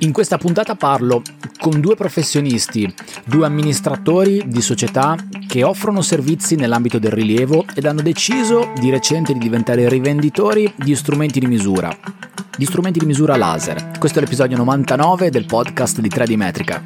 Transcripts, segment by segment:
In questa puntata parlo con due professionisti, due amministratori di società che offrono servizi nell'ambito del rilievo ed hanno deciso di recente di diventare rivenditori di strumenti di misura laser. Questo è l'episodio 99 del podcast di 3D Metrica.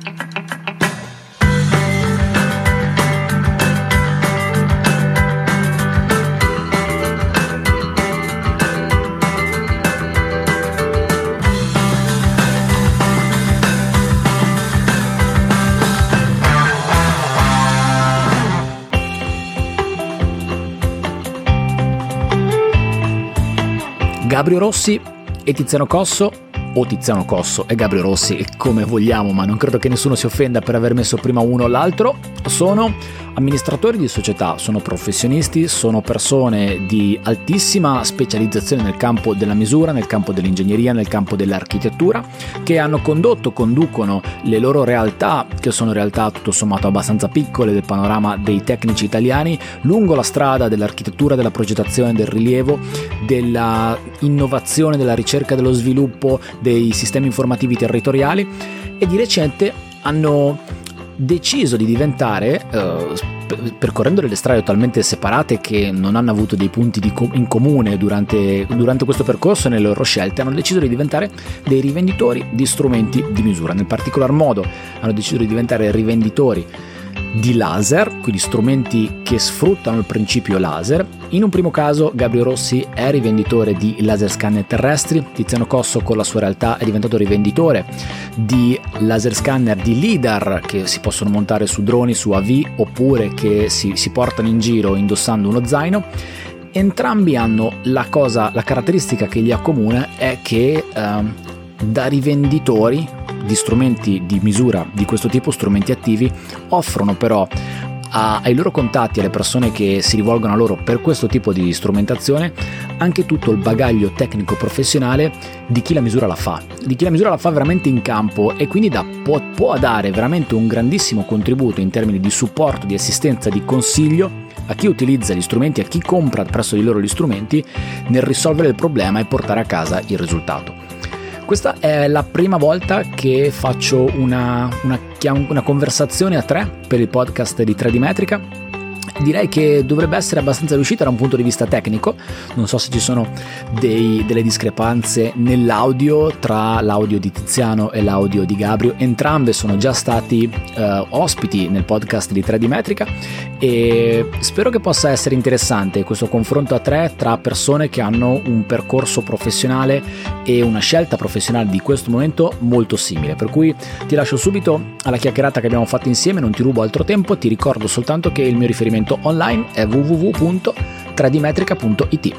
Gabrio Rossi e Tiziano Cosso, o Tiziano Cosso e Gabrio Rossi, come vogliamo, ma non credo che nessuno si offenda per aver messo prima uno o l'altro. Sono amministratori di società, sono professionisti, sono persone di altissima specializzazione nel campo della misura, nel campo dell'ingegneria, nel campo dell'architettura, che hanno conducono le loro realtà, che sono realtà tutto sommato abbastanza piccole del panorama dei tecnici italiani, lungo la strada dell'architettura, della progettazione, del rilievo, della innovazione, della ricerca, dello sviluppo dei sistemi informativi territoriali, e di recente hanno deciso di diventare, percorrendo delle strade totalmente separate che non hanno avuto dei punti in comune durante questo percorso e nelle loro scelte, hanno deciso di diventare dei rivenditori di strumenti di misura. Nel particolar modo hanno deciso di diventare rivenditori di laser, quindi strumenti che sfruttano il principio laser. In un primo caso Gabrio Rossi è rivenditore di laser scanner terrestri, Tiziano Cosso con la sua realtà è diventato rivenditore di laser scanner di LiDAR che si possono montare su droni, su AV, oppure che si portano in giro indossando uno zaino. Entrambi hanno la caratteristica che li accomuna è che da rivenditori di strumenti di misura di questo tipo, strumenti attivi, offrono però ai loro contatti, alle persone che si rivolgono a loro per questo tipo di strumentazione, anche tutto il bagaglio tecnico professionale di chi la misura la fa veramente in campo, e quindi può dare veramente un grandissimo contributo in termini di supporto, di assistenza, di consiglio a chi utilizza gli strumenti, a chi compra presso di loro gli strumenti, nel risolvere il problema e portare a casa il risultato. Questa è la prima volta che faccio una conversazione a tre per il podcast di 3D Metrica. Direi che dovrebbe essere abbastanza riuscita da un punto di vista tecnico. Non so se ci sono delle discrepanze nell'audio tra l'audio di Tiziano e l'audio di Gabrio. Entrambe sono già stati ospiti nel podcast di 3D Metrica, e spero che possa essere interessante questo confronto a tre tra persone che hanno un percorso professionale e una scelta professionale di questo momento molto simile. Per cui ti lascio subito alla chiacchierata che abbiamo fatto insieme, non ti rubo altro tempo, ti ricordo soltanto che il mio riferimento online è www.3dmetrica.it.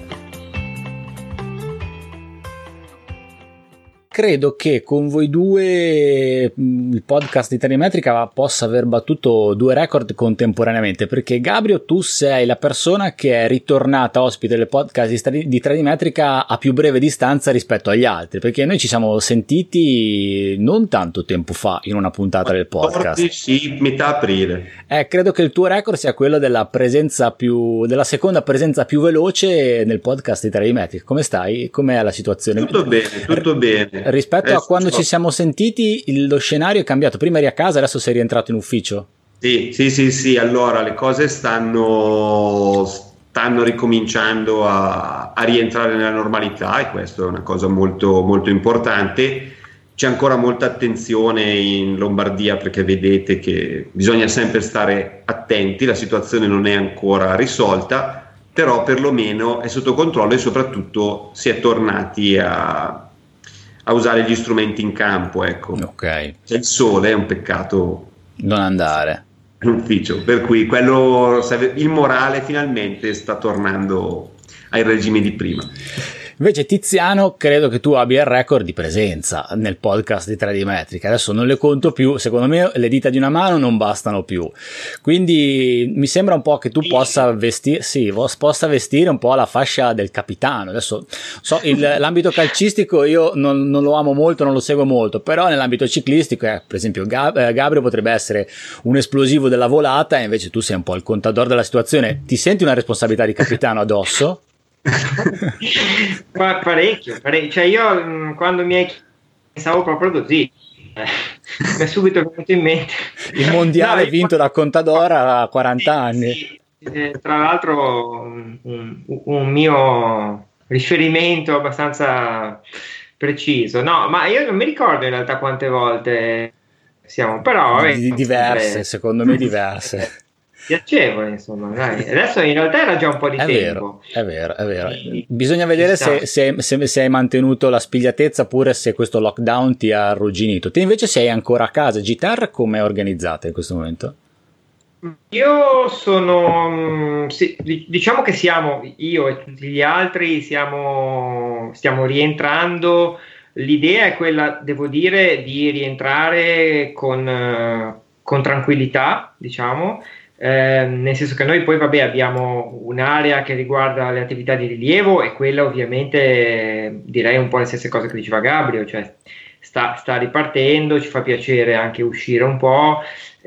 Credo che con voi due il podcast di 3D Metrica possa aver battuto due record contemporaneamente, perché Gabrio, tu sei la persona che è ritornata ospite del podcast di 3D Metrica a più breve distanza rispetto agli altri, perché noi ci siamo sentiti non tanto tempo fa in una puntata del podcast. Sì, metà aprile. Credo che il tuo record sia quello della seconda presenza più veloce nel podcast di 3D Metrica. Come stai? Com'è la situazione? Tutto bene. Rispetto a quando ci siamo sentiti, lo scenario è cambiato. Prima eri a casa, adesso sei rientrato in ufficio? Sì. Allora, le cose stanno ricominciando a rientrare nella normalità, e questo è una cosa molto, molto importante. C'è ancora molta attenzione in Lombardia, perché vedete che bisogna sempre stare attenti, la situazione non è ancora risolta, però perlomeno è sotto controllo, e soprattutto si è tornati a usare gli strumenti in campo, ecco. Ok. C'è il sole, è un peccato non andare in ufficio, per cui il morale finalmente sta tornando ai regimi di prima. Invece Tiziano, credo che tu abbia il record di presenza nel podcast di 3D Metrica. Adesso non le conto più, secondo me le dita di una mano non bastano più. Quindi mi sembra un po' che tu possa vestire un po' la fascia del capitano. Adesso l'ambito calcistico io non lo amo molto, non lo seguo molto, però nell'ambito ciclistico, per esempio Gabrio potrebbe essere un esplosivo della volata, e invece tu sei un po' il contador della situazione. Ti senti una responsabilità di capitano addosso? Parecchio. Cioè io quando mi hai pensavo proprio così. Mi è subito venuto in mente il mondiale vinto da Contador a 40 anni. Sì, tra l'altro un mio riferimento abbastanza preciso. No, ma io non mi ricordo in realtà quante volte siamo, però vabbè, diverse, secondo me diverse. Piacevole, insomma, dai. Adesso in realtà era già un po' di tempo. È vero. Bisogna vedere se hai mantenuto la spigliatezza oppure se questo lockdown ti ha arrugginito. Te invece sei ancora a casa. Gitarra come è organizzata in questo momento? Io sono, sì, diciamo che io e tutti gli altri stiamo rientrando. L'idea è quella, devo dire, di rientrare con tranquillità, diciamo. Nel senso che noi poi abbiamo un'area che riguarda le attività di rilievo e quella ovviamente direi un po' le stesse cose che diceva Gabrio, cioè sta ripartendo, ci fa piacere anche uscire un po',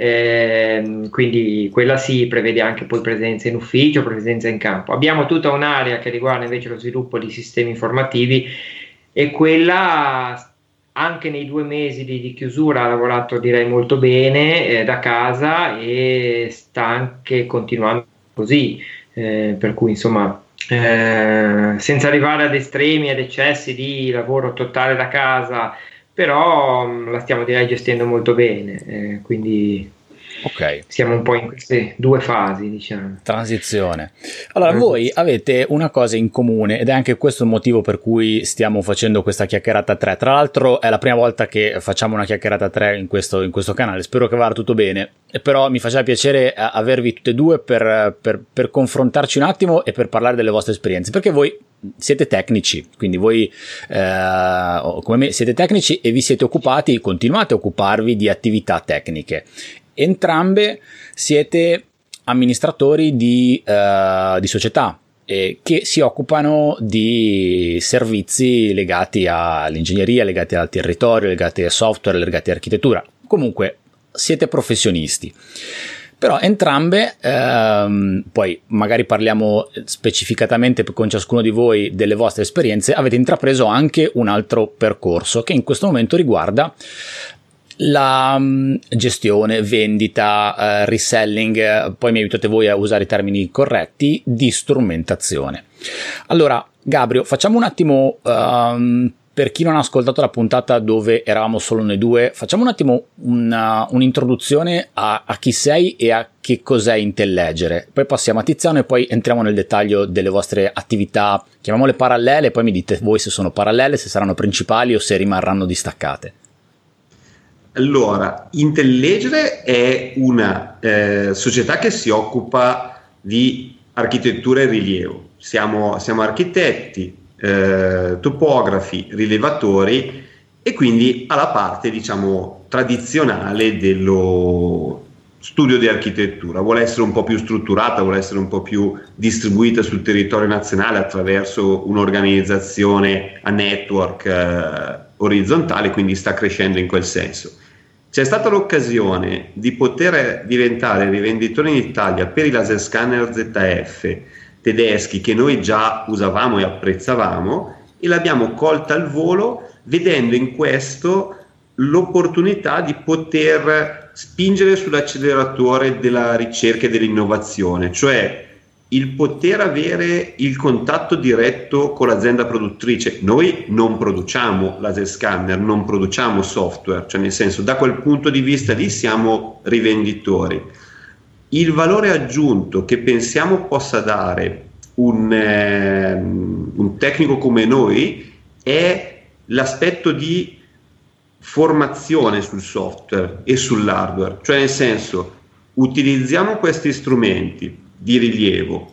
quindi quella si prevede anche poi presenza in ufficio, presenza in campo. Abbiamo tutta un'area che riguarda invece lo sviluppo di sistemi informativi e quella anche nei 2 mesi di chiusura ha lavorato direi molto bene da casa e sta anche continuando così, per cui insomma senza arrivare ad estremi, ad eccessi di lavoro totale da casa, però la stiamo direi gestendo molto bene, quindi siamo un po' in queste 2 fasi, diciamo. Transizione. Allora, voi avete una cosa in comune ed è anche questo il motivo per cui stiamo facendo questa chiacchierata 3. Tra l'altro è la prima volta che facciamo una chiacchierata 3 in questo canale, spero che vada tutto bene, però mi faceva piacere avervi tutte e due per confrontarci un attimo e per parlare delle vostre esperienze, perché voi siete tecnici, quindi voi come me siete tecnici e vi siete occupati, continuate a occuparvi di attività tecniche. Entrambe siete amministratori di società che si occupano di servizi legati all'ingegneria, legati al territorio, legati al software, legati all'architettura. Comunque siete professionisti. Però entrambe, poi magari parliamo specificatamente con ciascuno di voi delle vostre esperienze, avete intrapreso anche un altro percorso che in questo momento riguarda la gestione, vendita, reselling, poi mi aiutate voi a usare i termini corretti, di strumentazione. Allora, Gabrio, facciamo un attimo, per chi non ha ascoltato la puntata dove eravamo solo noi due, facciamo un attimo un'introduzione a chi sei e a che cos'è Intellegere. Poi passiamo a Tiziano e poi entriamo nel dettaglio delle vostre attività, chiamiamole parallele, poi mi dite voi se sono parallele, se saranno principali o se rimarranno distaccate. Allora, Intellegere è una società che si occupa di architettura e rilievo. Siamo architetti, topografi, rilevatori e quindi alla parte, diciamo, tradizionale dello studio di architettura. Vuole essere un po' più strutturata, vuole essere un po' più distribuita sul territorio nazionale attraverso un'organizzazione a network orizzontale, quindi sta crescendo in quel senso. C'è stata l'occasione di poter diventare rivenditori in Italia per i laser scanner ZF tedeschi che noi già usavamo e apprezzavamo, e l'abbiamo colta al volo vedendo in questo l'opportunità di poter spingere sull'acceleratore della ricerca e dell'innovazione, cioè il poter avere il contatto diretto con l'azienda produttrice. Noi non produciamo laser scanner, non produciamo software, cioè nel senso, da quel punto di vista lì siamo rivenditori. Il valore aggiunto che pensiamo possa dare un tecnico come noi è l'aspetto di formazione sul software e sull'hardware, cioè nel senso, utilizziamo questi strumenti di rilievo,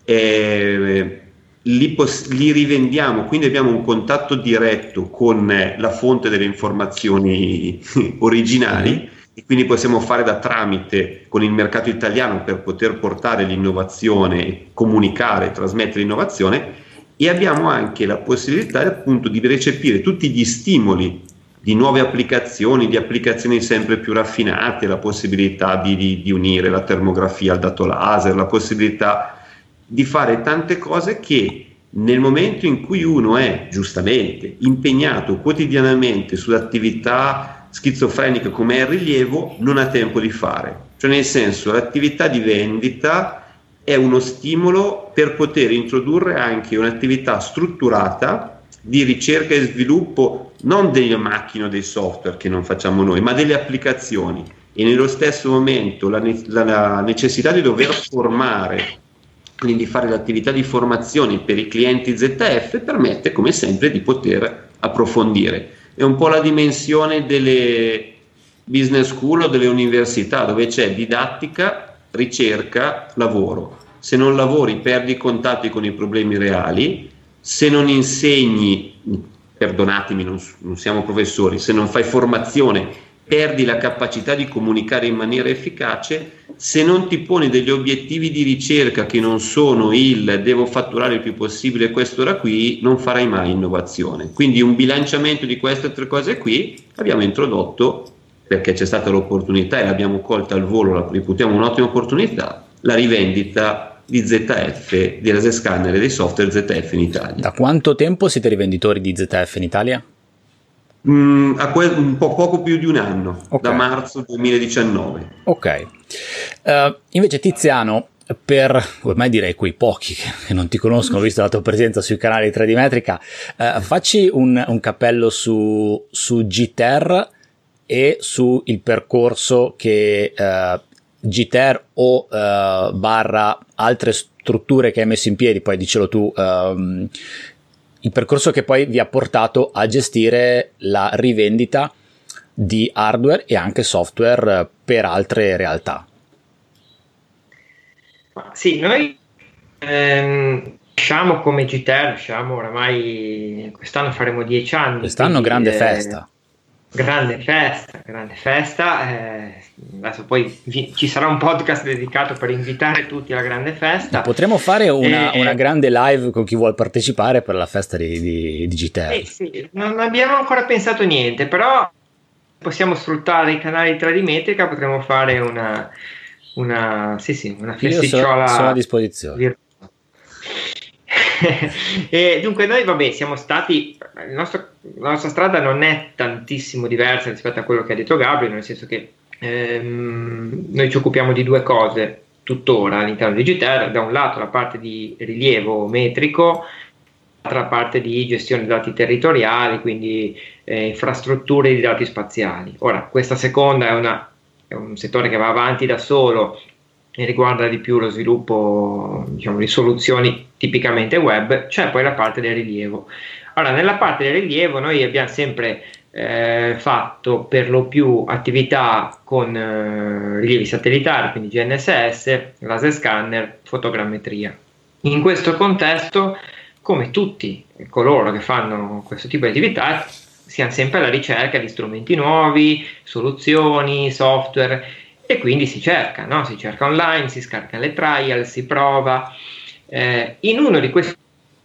li rivendiamo, quindi abbiamo un contatto diretto con la fonte delle informazioni originali e quindi possiamo fare da tramite con il mercato italiano per poter portare l'innovazione, comunicare, trasmettere l'innovazione, e abbiamo anche la possibilità appunto di recepire tutti gli stimoli di nuove applicazioni, di applicazioni sempre più raffinate, la possibilità di unire la termografia al dato laser, la possibilità di fare tante cose che nel momento in cui uno è giustamente impegnato quotidianamente sull'attività schizofrenica come è il rilievo, non ha tempo di fare. Cioè, nel senso, l'attività di vendita è uno stimolo per poter introdurre anche un'attività strutturata di ricerca e sviluppo, non delle macchine o dei software che non facciamo noi, ma delle applicazioni, e nello stesso momento la necessità di dover formare, quindi fare l'attività di formazione per i clienti ZF, permette come sempre di poter approfondire. È un po' la dimensione delle business school o delle università, dove c'è didattica, ricerca, lavoro. Se non lavori perdi i contatti con i problemi reali, se non insegni, perdonatemi, non siamo professori, se non fai formazione perdi la capacità di comunicare in maniera efficace, se non ti poni degli obiettivi di ricerca che non sono il devo fatturare il più possibile quest'ora qui, non farai mai innovazione. Quindi un bilanciamento di queste tre cose qui abbiamo introdotto, perché c'è stata l'opportunità e l'abbiamo colta al volo, la reputiamo un'ottima opportunità, la rivendita di ZF, di laser scanner e dei software ZF in Italia. Da quanto tempo siete rivenditori di ZF in Italia? Un po' poco più di un anno, okay. Da marzo 2019. Ok. Invece Tiziano, per ormai direi quei pochi che non ti conoscono, visto la tua presenza sui canali 3D Metrica, facci un cappello su GTER e su il percorso che GTER o barra altre strutture che hai messo in piedi, poi dicelo tu, il percorso che poi vi ha portato a gestire la rivendita di hardware e anche software per altre realtà. Sì, noi usciamo come GTER, usciamo oramai, quest'anno faremo 10 anni. Quest'anno quindi, grande festa. Grande festa. Adesso poi ci sarà un podcast dedicato per invitare tutti alla grande festa. Potremmo fare una grande live con chi vuole partecipare per la festa di GTER. Sì, non abbiamo ancora pensato niente, però possiamo sfruttare i canali 3D Metrica, potremmo fare una festicciola. Sono a disposizione. E dunque noi siamo stati, la nostra strada non è tantissimo diversa rispetto a quello che ha detto Gabriel, nel senso che noi ci occupiamo di due cose tuttora all'interno di GTER: da un lato la parte di rilievo metrico, dall'altra parte di gestione di dati territoriali, quindi infrastrutture di dati spaziali. Ora, questa seconda è un settore che va avanti da solo e riguarda di più lo sviluppo, diciamo, di soluzioni tipicamente web. C'è poi la parte del rilievo. Ora, nella parte del rilievo noi abbiamo sempre fatto per lo più attività con rilievi satellitari, quindi GNSS, laser scanner, fotogrammetria. In questo contesto, come tutti coloro che fanno questo tipo di attività, siamo sempre alla ricerca di strumenti nuovi, soluzioni, software, e quindi si cerca online, si scarica le trial, si prova. In uno di questi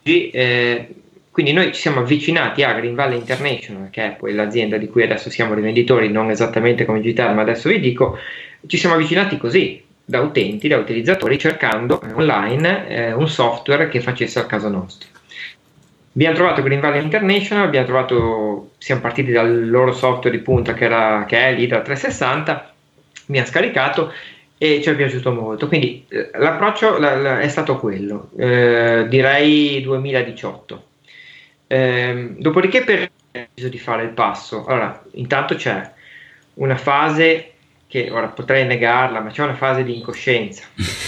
quindi noi ci siamo avvicinati a Green Valley International, che è poi l'azienda di cui adesso siamo rivenditori, non esattamente come GTER, ma adesso vi dico. Ci siamo avvicinati così, da utenti, da utilizzatori, cercando online un software che facesse al caso nostro. Abbiamo trovato Green Valley International, siamo partiti dal loro software di punta che è l'Hydra 360, abbiamo scaricato e ci è piaciuto molto, quindi l'approccio è stato quello, direi 2018. Dopodiché per deciso di fare il passo. Allora, intanto c'è una fase che ora potrei negarla, ma c'è una fase di incoscienza.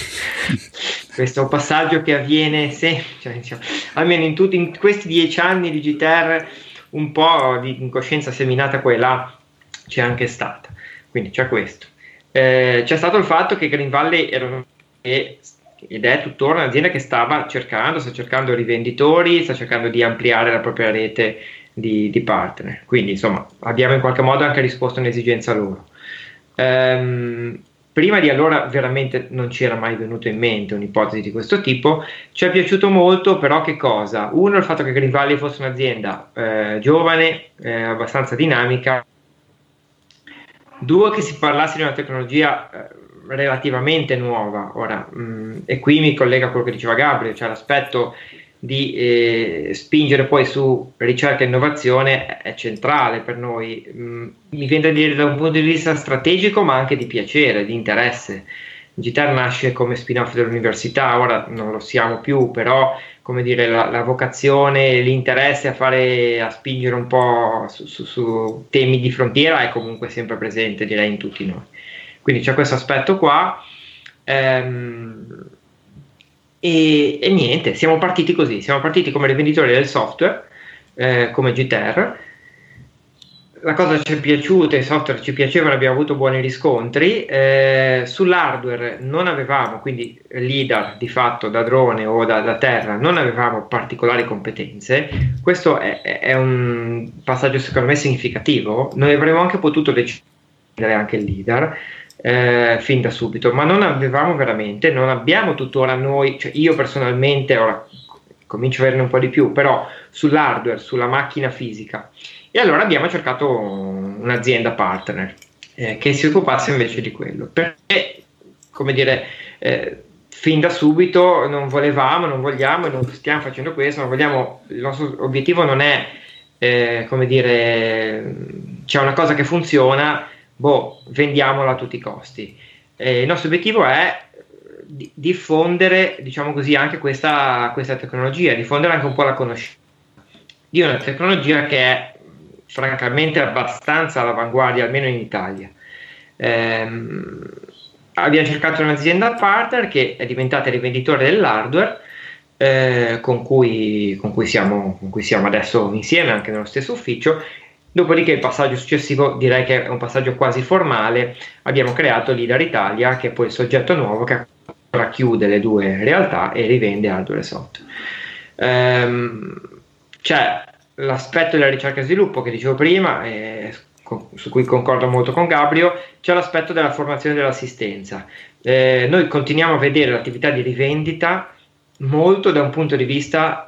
Questo passaggio che avviene diciamo, almeno in questi 10 anni di GTER, un po' di incoscienza seminata qua e là c'è anche stata, quindi c'è questo. C'è stato il fatto che Green Valley ed è tuttora un'azienda che sta cercando rivenditori, sta cercando di ampliare la propria rete di partner, quindi insomma abbiamo in qualche modo anche risposto a un'esigenza loro. Prima di allora veramente non ci era mai venuto in mente un'ipotesi di questo tipo. Ci è piaciuto molto però che cosa? Uno, il fatto che Green Valley fosse un'azienda giovane, abbastanza dinamica. Due, che si parlasse di una tecnologia relativamente nuova. Ora, e qui mi collega a quello che diceva Gabriel, cioè l'aspetto di spingere poi su ricerca e innovazione è centrale per noi. Mi viene da dire da un punto di vista strategico, ma anche di piacere, di interesse. GITER nasce come spin-off dell'università, ora non lo siamo più, però come dire, la vocazione, l'interesse a spingere un po' su temi di frontiera è comunque sempre presente, direi, in tutti noi. Quindi c'è questo aspetto qua. E niente, siamo partiti così, siamo partiti come rivenditori del software, come GITER. La cosa ci è piaciuta, i software ci piacevano, abbiamo avuto buoni riscontri. Sull'hardware non avevamo, quindi LiDAR di fatto da drone o da terra, non avevamo particolari competenze. Questo è un passaggio secondo me significativo. Noi avremmo anche potuto decidere anche il LiDAR fin da subito, ma non abbiamo tuttora noi, cioè io personalmente, ora comincio a averne un po' di più, però sull'hardware, sulla macchina fisica. E allora abbiamo cercato un'azienda partner che si occupasse invece di quello, perché, come dire, fin da subito non vogliamo e non stiamo facendo questo, il nostro obiettivo non è, come dire, c'è una cosa che funziona, vendiamola a tutti i costi. Il nostro obiettivo è diffondere, diciamo così, anche questa tecnologia, diffondere anche un po' la conoscenza di una tecnologia che è francamente abbastanza all'avanguardia, almeno in Italia. Abbiamo cercato un'azienda partner che è diventata rivenditore dell'hardware, con cui siamo adesso insieme anche nello stesso ufficio. Dopodiché il passaggio successivo, direi che è un passaggio quasi formale, abbiamo creato LiDAR Italia, che è poi il soggetto nuovo che racchiude le due realtà e rivende hardware e software. C'è l'aspetto della ricerca e sviluppo che dicevo prima, su cui concordo molto con Gabrio. C'è l'aspetto della formazione e dell'assistenza. Noi continuiamo a vedere l'attività di rivendita molto da un punto di vista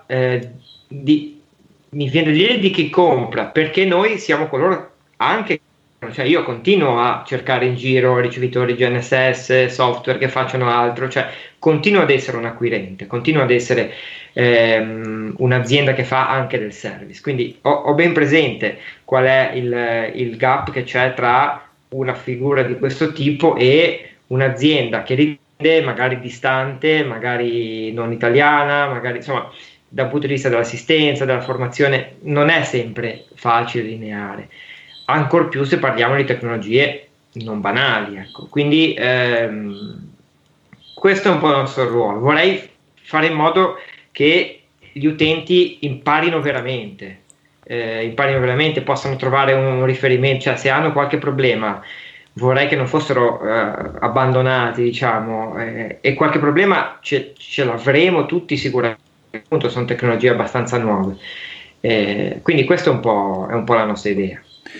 mi viene da dire di chi compra, perché noi siamo coloro anche, cioè io continuo a cercare in giro ricevitori GNSS, software che facciano altro, cioè continuo ad essere un acquirente, continuo ad essere un'azienda che fa anche del service, quindi ho ben presente qual è il gap che c'è tra una figura di questo tipo e un'azienda che rivende magari distante, magari non italiana, magari insomma dal punto di vista dell'assistenza, della formazione non è sempre facile e lineare, ancor più se parliamo di tecnologie non banali, ecco. Quindi questo è un po' il nostro ruolo. Vorrei fare in modo che gli utenti imparino veramente, possano trovare un riferimento, cioè se hanno qualche problema vorrei che non fossero abbandonati, diciamo, e qualche problema ce l'avremo tutti sicuramente, appunto sono tecnologie abbastanza nuove, quindi questo è un po' la nostra idea.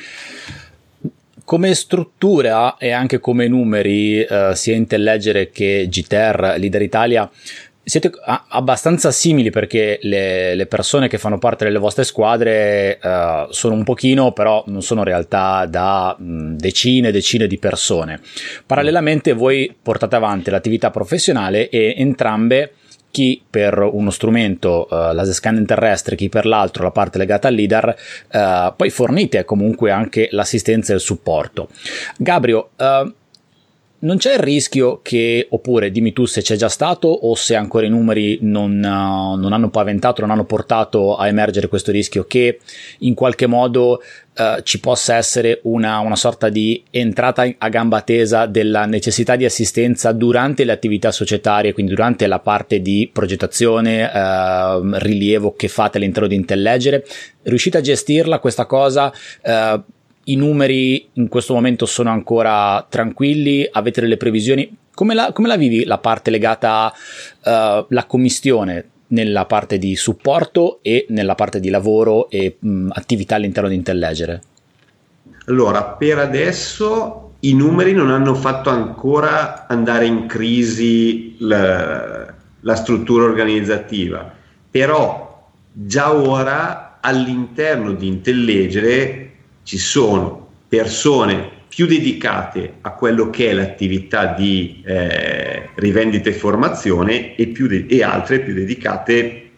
Come struttura e anche come numeri, sia Intellegere che GITER, LiDAR Italia, siete abbastanza simili, perché le persone che fanno parte delle vostre squadre sono un pochino, però non sono in realtà da decine e decine di persone. Parallelamente voi portate avanti l'attività professionale e entrambe, chi per uno strumento, laser scanning terrestre, chi per l'altro la parte legata al LiDAR, poi fornite comunque anche l'assistenza e il supporto. Gabrio, non c'è il rischio che, oppure dimmi tu se c'è già stato o se ancora i numeri non hanno paventato, non hanno portato a emergere questo rischio, che in qualche modo ci possa essere una sorta di entrata a gamba tesa della necessità di assistenza durante le attività societarie, quindi durante la parte di progettazione, rilievo che fate all'interno di Intellegere? Riuscite a gestirla questa cosa? I numeri in questo momento sono ancora tranquilli? Avete delle previsioni? Come la vivi la parte legata alla commistione nella parte di supporto e nella parte di lavoro e attività all'interno di Intellegere? Allora, per adesso i numeri non hanno fatto ancora andare in crisi la struttura organizzativa, però già ora all'interno di Intellegere ci sono persone più dedicate a quello che è l'attività di rivendita e formazione e altre più dedicate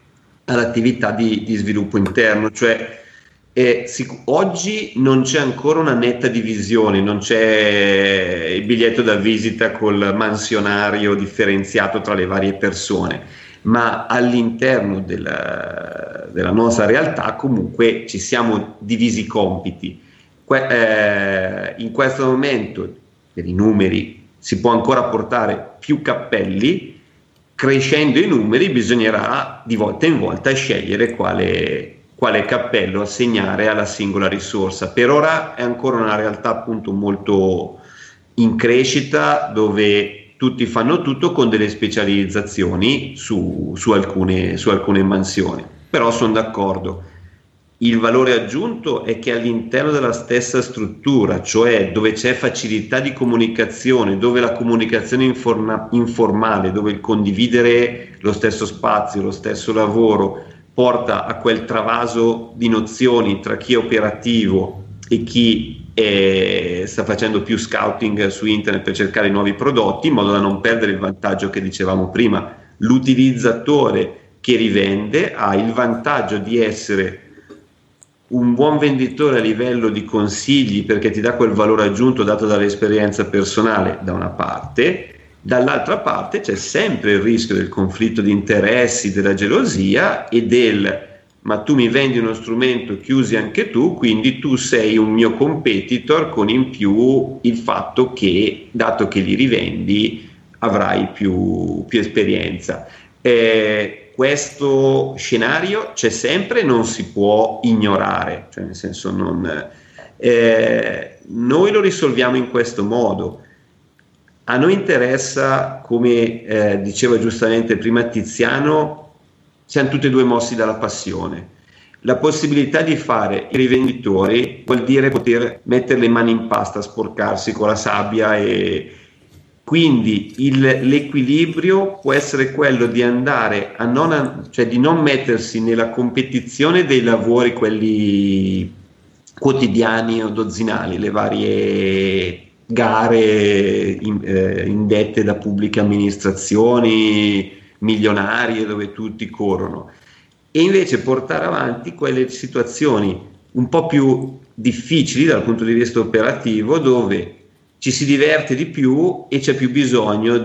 all'attività di sviluppo interno, cioè oggi non c'è ancora una netta divisione, non c'è il biglietto da visita col mansionario differenziato tra le varie persone, ma all'interno della nostra realtà comunque ci siamo divisi i compiti. In questo momento, per i numeri, si può ancora portare più cappelli. Crescendo i numeri bisognerà di volta in volta scegliere quale cappello assegnare alla singola risorsa. Per ora è ancora una realtà appunto molto in crescita, dove tutti fanno tutto con delle specializzazioni su alcune mansioni. Però sono d'accordo, il valore aggiunto è che all'interno della stessa struttura, cioè dove c'è facilità di comunicazione, dove la comunicazione informale, dove il condividere lo stesso spazio, lo stesso lavoro porta a quel travaso di nozioni tra chi è operativo e chi sta facendo più scouting su internet per cercare nuovi prodotti, in modo da non perdere il vantaggio che dicevamo prima. L'utilizzatore che rivende ha il vantaggio di essere un buon venditore a livello di consigli, perché ti dà quel valore aggiunto dato dall'esperienza personale da una parte, dall'altra parte c'è sempre il rischio del conflitto di interessi, della gelosia e ma tu mi vendi uno strumento che usi anche tu, quindi tu sei un mio competitor, con in più il fatto che, dato che li rivendi, avrai più esperienza. Questo scenario c'è sempre e non si può ignorare, cioè nel senso noi lo risolviamo in questo modo. A noi interessa, come diceva giustamente prima Tiziano, siamo tutti e due mossi dalla passione. La possibilità di fare i rivenditori vuol dire poter mettere le mani in pasta, sporcarsi con la sabbia, e quindi l'equilibrio può essere quello di andare cioè di non mettersi nella competizione dei lavori, quelli quotidiani o dozzinali, le varie gare indette da pubbliche amministrazioni milionarie dove tutti corrono, e invece portare avanti quelle situazioni un po' più difficili dal punto di vista operativo, dove ci si diverte di più e c'è più bisogno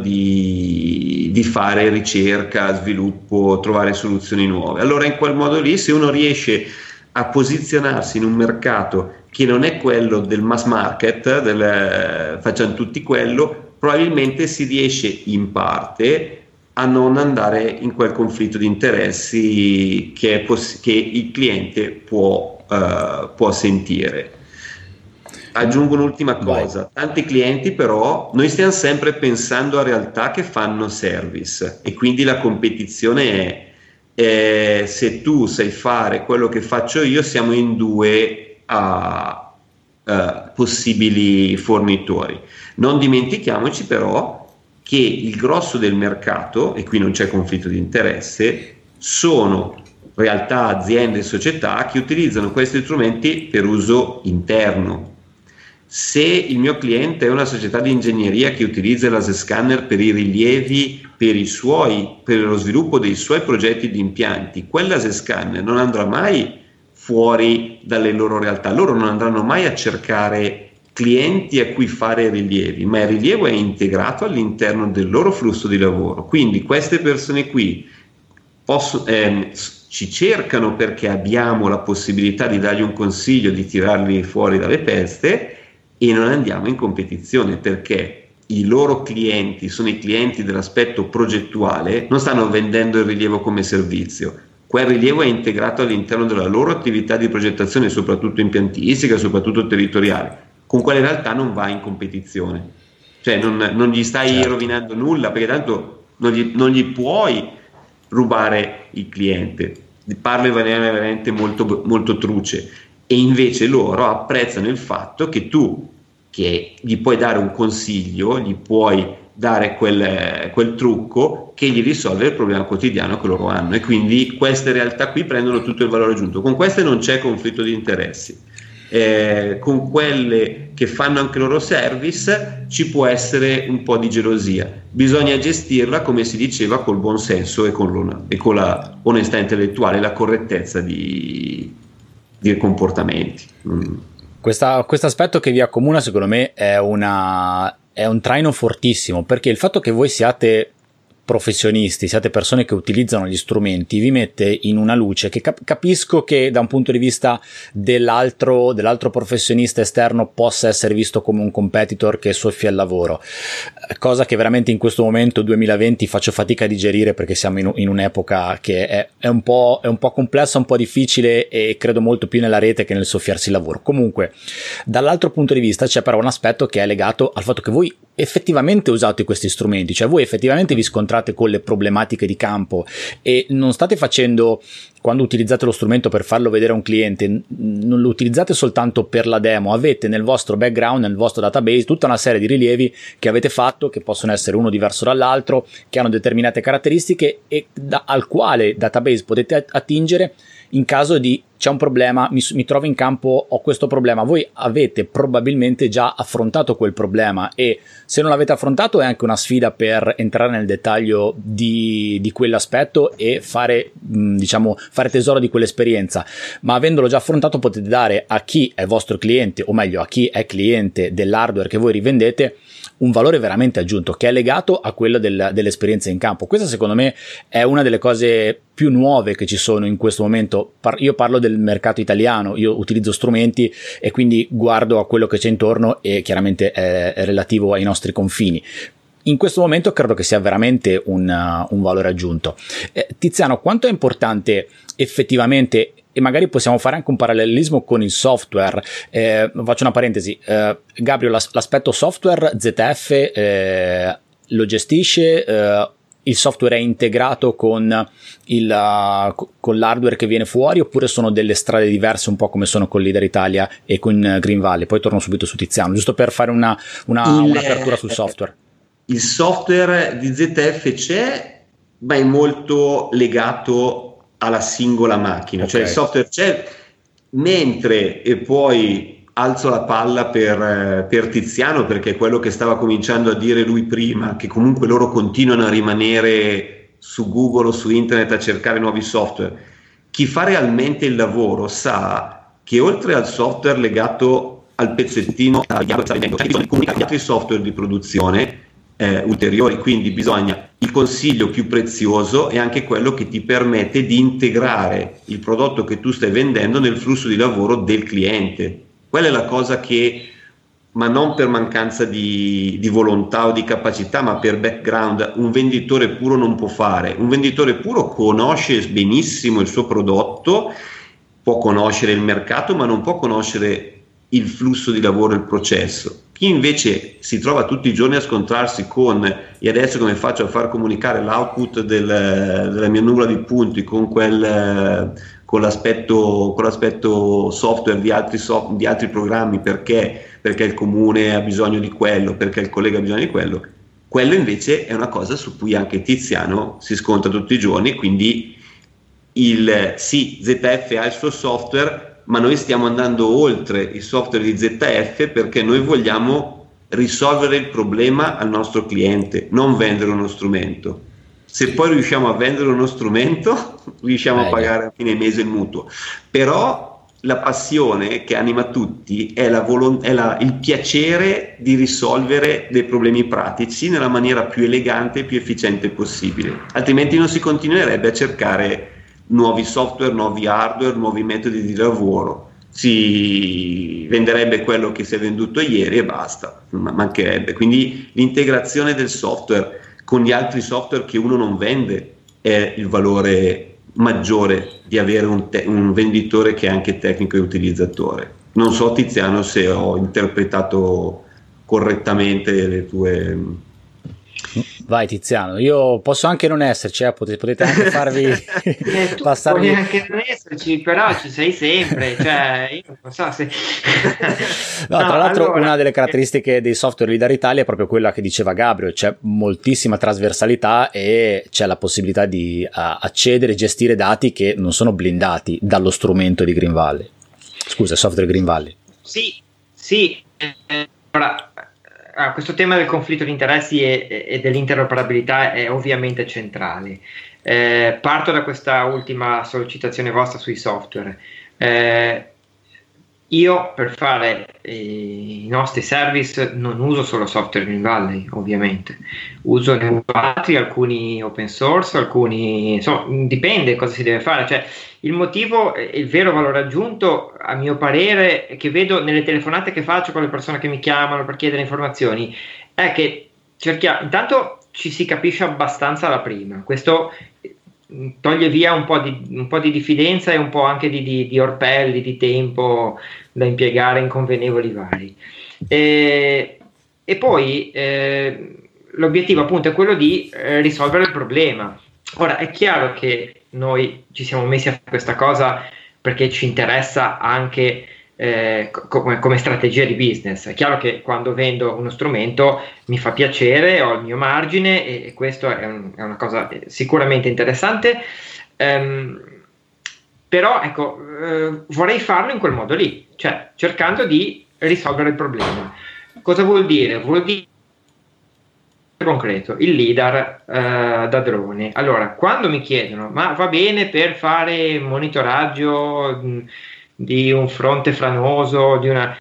di fare ricerca, sviluppo, trovare soluzioni nuove. Allora in quel modo lì, se uno riesce a posizionarsi in un mercato che non è quello del mass market, facciano tutti quello, probabilmente si riesce in parte a non andare in quel conflitto di interessi che il cliente può sentire. Aggiungo un'ultima cosa: tanti clienti, però, noi stiamo sempre pensando a realtà che fanno service, e quindi la competizione è se tu sai fare quello che faccio io, siamo in due a possibili fornitori. Non dimentichiamoci però che il grosso del mercato, e qui non c'è conflitto di interesse, sono realtà, aziende e società che utilizzano questi strumenti per uso interno. Se il mio cliente è una società di ingegneria che utilizza il laser scanner per i rilievi, per lo sviluppo dei suoi progetti di impianti, quel laser scanner non andrà mai fuori dalle loro realtà, loro non andranno mai a cercare clienti a cui fare rilievi, ma il rilievo è integrato all'interno del loro flusso di lavoro. Quindi queste persone qui ci cercano perché abbiamo la possibilità di dargli un consiglio, di tirarli fuori dalle peste, e non andiamo in competizione, perché i loro clienti sono i clienti dell'aspetto progettuale, non stanno vendendo il rilievo come servizio. Quel rilievo è integrato all'interno della loro attività di progettazione, soprattutto impiantistica, soprattutto territoriale. Con quelle realtà non vai in competizione, cioè non gli stai rovinando nulla, perché tanto non gli puoi rubare il cliente, parlo in maniera veramente molto, molto truce, e invece loro apprezzano il fatto che tu, che gli puoi dare un consiglio, gli puoi dare quel trucco che gli risolve il problema quotidiano che loro hanno, e quindi queste realtà qui prendono tutto il valore aggiunto. Con queste non c'è conflitto di interessi. con quelle che fanno anche loro service ci può essere un po' di gelosia. Bisogna gestirla, come si diceva, col buon senso e con la onestà intellettuale e la correttezza di comportamenti. Questo aspetto che vi accomuna, secondo me, è un traino fortissimo, perché il fatto che voi siate professionisti, siate persone che utilizzano gli strumenti, vi mette in una luce che capisco che da un punto di vista dell'altro professionista esterno possa essere visto come un competitor che soffia il lavoro, cosa che veramente in questo momento 2020 faccio fatica a digerire, perché siamo in un'epoca che è un po' complessa, un po' difficile, e credo molto più nella rete che nel soffiarsi il lavoro. Comunque, dall'altro punto di vista c'è però un aspetto che è legato al fatto che voi effettivamente usate questi strumenti, cioè voi effettivamente vi scontrate con le problematiche di campo e non state facendo, quando utilizzate lo strumento per farlo vedere a un cliente, non lo utilizzate soltanto per la demo, avete nel vostro background, nel vostro database, tutta una serie di rilievi che avete fatto, che possono essere uno diverso dall'altro, che hanno determinate caratteristiche e al quale database potete attingere in caso di c'è un problema, mi trovo in campo, ho questo problema. Voi avete probabilmente già affrontato quel problema, e se non l'avete affrontato è anche una sfida per entrare nel dettaglio di quell'aspetto e fare tesoro di quell'esperienza, ma avendolo già affrontato potete dare a chi è vostro cliente, o meglio a chi è cliente dell'hardware che voi rivendete, un valore veramente aggiunto che è legato a quello dell'esperienza in campo. Questa secondo me è una delle cose più nuove che ci sono in questo momento. Io parlo del mercato italiano, io utilizzo strumenti e quindi guardo a quello che c'è intorno, e chiaramente è relativo ai nostri confini. In questo momento credo che sia veramente un valore aggiunto. Tiziano, quanto è importante effettivamente, e magari possiamo fare anche un parallelismo con il software, faccio una parentesi, Gabrio, l'aspetto software ZF lo gestisce, il software è integrato con l'hardware che viene fuori, oppure sono delle strade diverse, un po' come sono con Leader Italia e con Green Valley? Poi torno subito su Tiziano, giusto per fare un'apertura sul software. Il software di ZF c'è, ma è molto legato alla singola macchina, okay. Cioè il software c'è, mentre, e poi alzo la palla per Tiziano, perché è quello che stava cominciando a dire lui prima, che comunque loro continuano a rimanere su Google o su internet a cercare nuovi software. Chi fa realmente il lavoro sa che oltre al software legato al pezzettino, bisogna comunicare gli altri software di produzione ulteriori, quindi bisogna il consiglio più prezioso è anche quello che ti permette di integrare il prodotto che tu stai vendendo nel flusso di lavoro del cliente. Quella è la cosa che, ma non per mancanza di volontà o di capacità, ma per background, un venditore puro non può fare. Un venditore puro conosce benissimo il suo prodotto, può conoscere il mercato, ma non può conoscere il flusso di lavoro, il processo. Chi invece si trova tutti i giorni a scontrarsi con e adesso come faccio a far comunicare l'output della mia nuvola di punti con l'aspetto software di altri programmi, perché il comune ha bisogno di quello, perché il collega ha bisogno di quello invece è una cosa su cui anche Tiziano si scontra tutti i giorni. Quindi ZF ha il suo software, ma noi stiamo andando oltre il software di ZF perché noi vogliamo risolvere il problema al nostro cliente, non vendere uno strumento. Se poi riusciamo a vendere uno strumento, riusciamo a pagare a fine mese il mutuo. Però la passione che anima tutti è il piacere di risolvere dei problemi pratici nella maniera più elegante e più efficiente possibile. Altrimenti non si continuerebbe a cercare nuovi software, nuovi hardware, nuovi metodi di lavoro. Si venderebbe quello che si è venduto ieri e basta, mancherebbe. Quindi l'integrazione del software con gli altri software che uno non vende è il valore maggiore di avere un venditore che è anche tecnico e utilizzatore. Non so, Tiziano, se ho interpretato correttamente le tue... Vai Tiziano, io posso anche non esserci, potete anche farvi passare. Puoi anche non esserci, però ci sei sempre, cioè io non so se... No, tra l'altro allora, una delle caratteristiche dei software Leader Italia è proprio quella che diceva Gabrio, c'è moltissima trasversalità e c'è la possibilità di accedere e gestire dati che non sono blindati dallo strumento di Green Valley, scusa, software Green Valley. Sì. Ora, questo tema del conflitto di interessi e dell'interoperabilità è ovviamente centrale. Parto da questa ultima sollecitazione vostra sui software. Io per fare i nostri service non uso solo software Green Valley, ovviamente, uso altri, alcuni open source, alcuni, insomma, dipende cosa si deve fare. Cioè, il motivo, il vero valore aggiunto, a mio parere, che vedo nelle telefonate che faccio con le persone che mi chiamano per chiedere informazioni, è che intanto ci si capisce abbastanza alla prima. Questo toglie via un po' di diffidenza e un po' anche di orpelli, di tempo da impiegare in convenevoli vari. E poi l'obiettivo appunto è quello di risolvere il problema. Ora è chiaro che noi ci siamo messi a fare questa cosa perché ci interessa anche come strategia di business. È chiaro che quando vendo uno strumento mi fa piacere, ho il mio margine e questo è una cosa sicuramente interessante, però ecco, vorrei farlo in quel modo lì, cioè cercando di risolvere il problema. Cosa vuol dire? Vuol dire concreto, il LiDAR da drone. Allora, quando mi chiedono ma va bene per fare monitoraggio di un fronte franoso, di una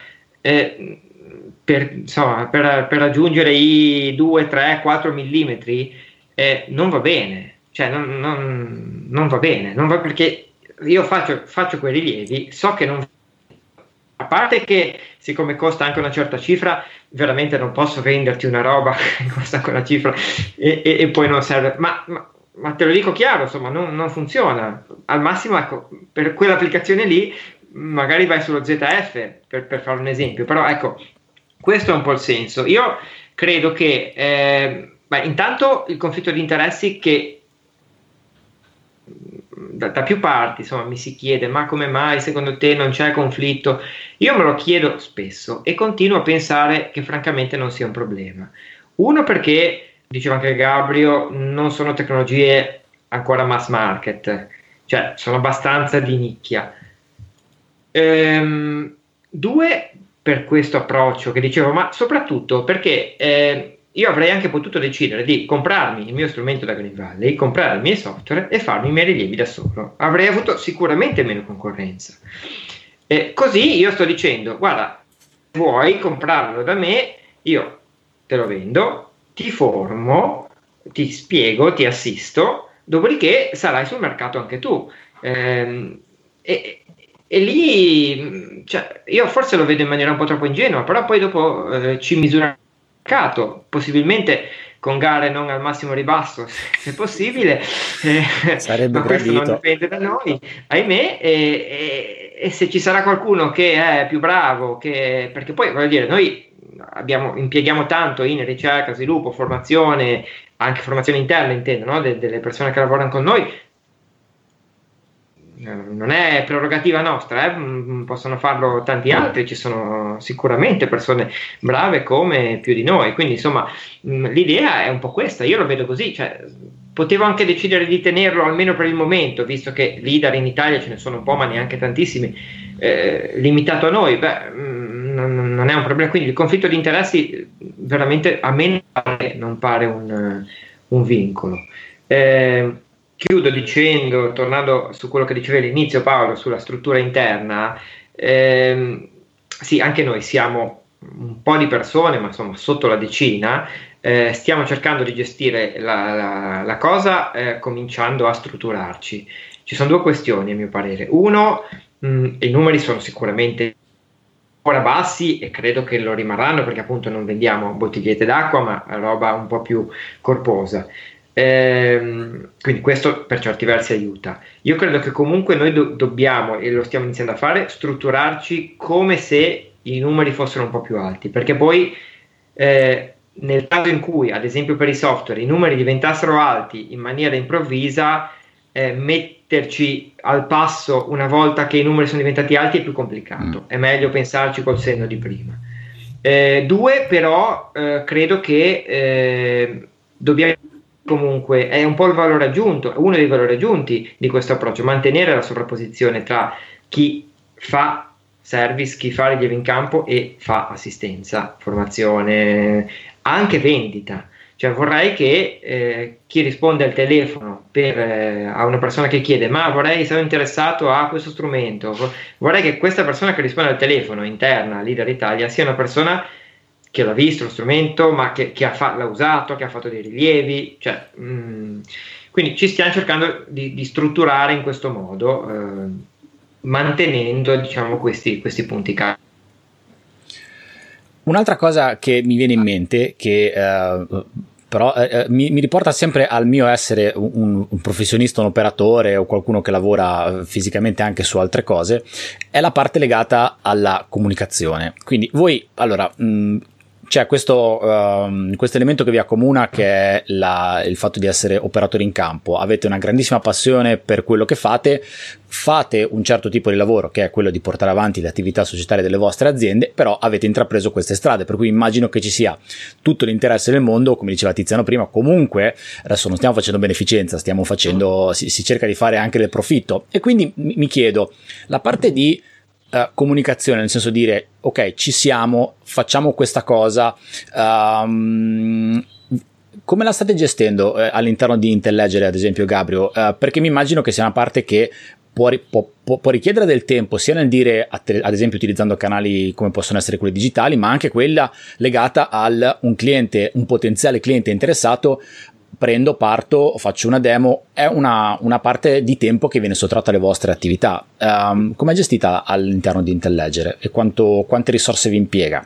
per raggiungere i 2, 3, 4 millimetri, non va bene, cioè non va bene, non va, perché io faccio quei rilievi, so che non, a parte che siccome costa anche una certa cifra, veramente non posso venderti una roba che costa quella cifra e poi non serve, ma te lo dico chiaro, insomma, non funziona. Al massimo, ecco, per quell'applicazione lì magari vai sullo ZF per fare un esempio, però ecco, questo è un po' il senso. Io credo che intanto il conflitto di interessi che da più parti, insomma, mi si chiede ma come mai secondo te non c'è conflitto? Io me lo chiedo spesso e continuo a pensare che francamente non sia un problema. Uno, perché diceva anche Gabriel, non sono tecnologie ancora mass market, cioè sono abbastanza di nicchia. Due, per questo approccio che dicevo, ma soprattutto perché io avrei anche potuto decidere di comprarmi il mio strumento da Green Valley, comprare i miei software e farmi i miei rilievi da solo. Avrei avuto sicuramente meno concorrenza. Così io sto dicendo, guarda, vuoi comprarlo da me, io te lo vendo, ti formo, ti spiego, ti assisto, dopodiché sarai sul mercato anche tu. E lì, cioè, io forse lo vedo in maniera un po' troppo ingenua, però poi dopo ci misura il mercato, possibilmente con gare non al massimo ribasso, se possibile, sarebbe ma questo gradito. non dipende da noi, ahimè, e se ci sarà qualcuno che è più bravo, perché poi voglio dire, noi impieghiamo tanto in ricerca, sviluppo, formazione, anche formazione interna intendo, no? Delle persone che lavorano con noi. Non è prerogativa nostra, possono farlo tanti altri, ci sono sicuramente persone brave come più di noi, quindi insomma l'idea è un po' questa, io lo vedo così, cioè, potevo anche decidere di tenerlo almeno per il momento, visto che LiDAR in Italia ce ne sono un po' ma neanche tantissimi, limitato a noi, non è un problema, quindi il conflitto di interessi veramente a me non pare un vincolo. Chiudo dicendo, tornando su quello che dicevi all'inizio Paolo, sulla struttura interna, sì, anche noi siamo un po' di persone, ma insomma sotto la decina, stiamo cercando di gestire la cosa cominciando a strutturarci. Ci sono due questioni a mio parere. Uno, i numeri sono sicuramente ora bassi e credo che lo rimarranno perché appunto non vendiamo bottigliette d'acqua ma roba un po' più corposa. Quindi questo per certi versi aiuta. Io credo che comunque noi dobbiamo, e lo stiamo iniziando a fare, strutturarci come se i numeri fossero un po' più alti, perché poi nel caso in cui ad esempio per i software i numeri diventassero alti in maniera improvvisa, metterci al passo una volta che i numeri sono diventati alti è più complicato, è meglio pensarci col senno di prima. Due, però credo che dobbiamo comunque, è un po' il valore aggiunto, uno dei valori aggiunti di questo approccio, mantenere la sovrapposizione tra chi fa service, chi fa rilievi in campo e fa assistenza, formazione, anche vendita. Cioè vorrei che chi risponde al telefono a una persona che chiede ma sono interessato a questo strumento, vorrei che questa persona che risponde al telefono interna Leader Italia sia una persona che l'ha visto lo strumento, ma che l'ha usato, che ha fatto dei rilievi, cioè, quindi ci stiamo cercando di strutturare in questo modo, mantenendo, diciamo, questi punti cardine. Un'altra cosa che mi viene in mente, che però mi riporta sempre al mio essere un professionista, un operatore o qualcuno che lavora fisicamente anche su altre cose, è la parte legata alla comunicazione. Quindi voi, allora, c'è questo elemento che vi accomuna, che è il fatto di essere operatori in campo. Avete una grandissima passione per quello che fate un certo tipo di lavoro che è quello di portare avanti le attività societarie delle vostre aziende, però avete intrapreso queste strade, per cui immagino che ci sia tutto l'interesse del mondo, come diceva Tiziano prima. Comunque adesso non stiamo facendo beneficenza, si cerca di fare anche del profitto, e quindi mi chiedo, la parte di comunicazione, nel senso dire ok, ci siamo, facciamo questa cosa, come la state gestendo all'interno di Intellegere, ad esempio, Gabrio? Perché mi immagino che sia una parte che può richiedere del tempo, sia nel dire, ad esempio, utilizzando canali come possono essere quelli digitali, ma anche quella legata un potenziale cliente interessato. Parto, faccio una demo, è una parte di tempo che viene sottratta alle vostre attività. Come è gestita all'interno di Intellegere e quante risorse vi impiega?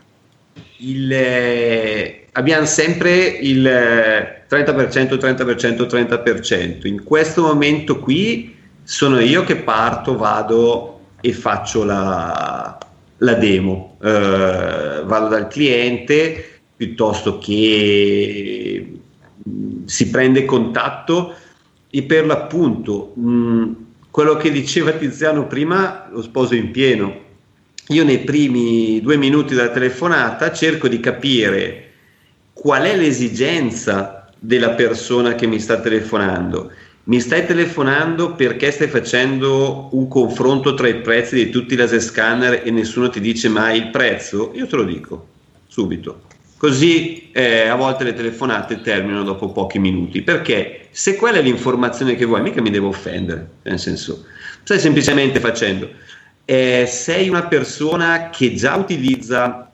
Abbiamo sempre il 30%, 30%, 30%. In questo momento qui sono io che parto, vado e faccio la demo, vado dal cliente piuttosto che si prende contatto, e per l'appunto quello che diceva Tiziano prima lo sposo in pieno. Io nei primi 2 minuti della telefonata cerco di capire qual è l'esigenza della persona che mi sta telefonando. Mi stai telefonando perché stai facendo un confronto tra i prezzi di tutti i laser scanner e nessuno ti dice mai il prezzo? Io te lo dico subito. Così a volte le telefonate terminano dopo pochi minuti, perché se quella è l'informazione che vuoi, mica mi devo offendere, nel senso, stai semplicemente facendo. Sei una persona che già utilizza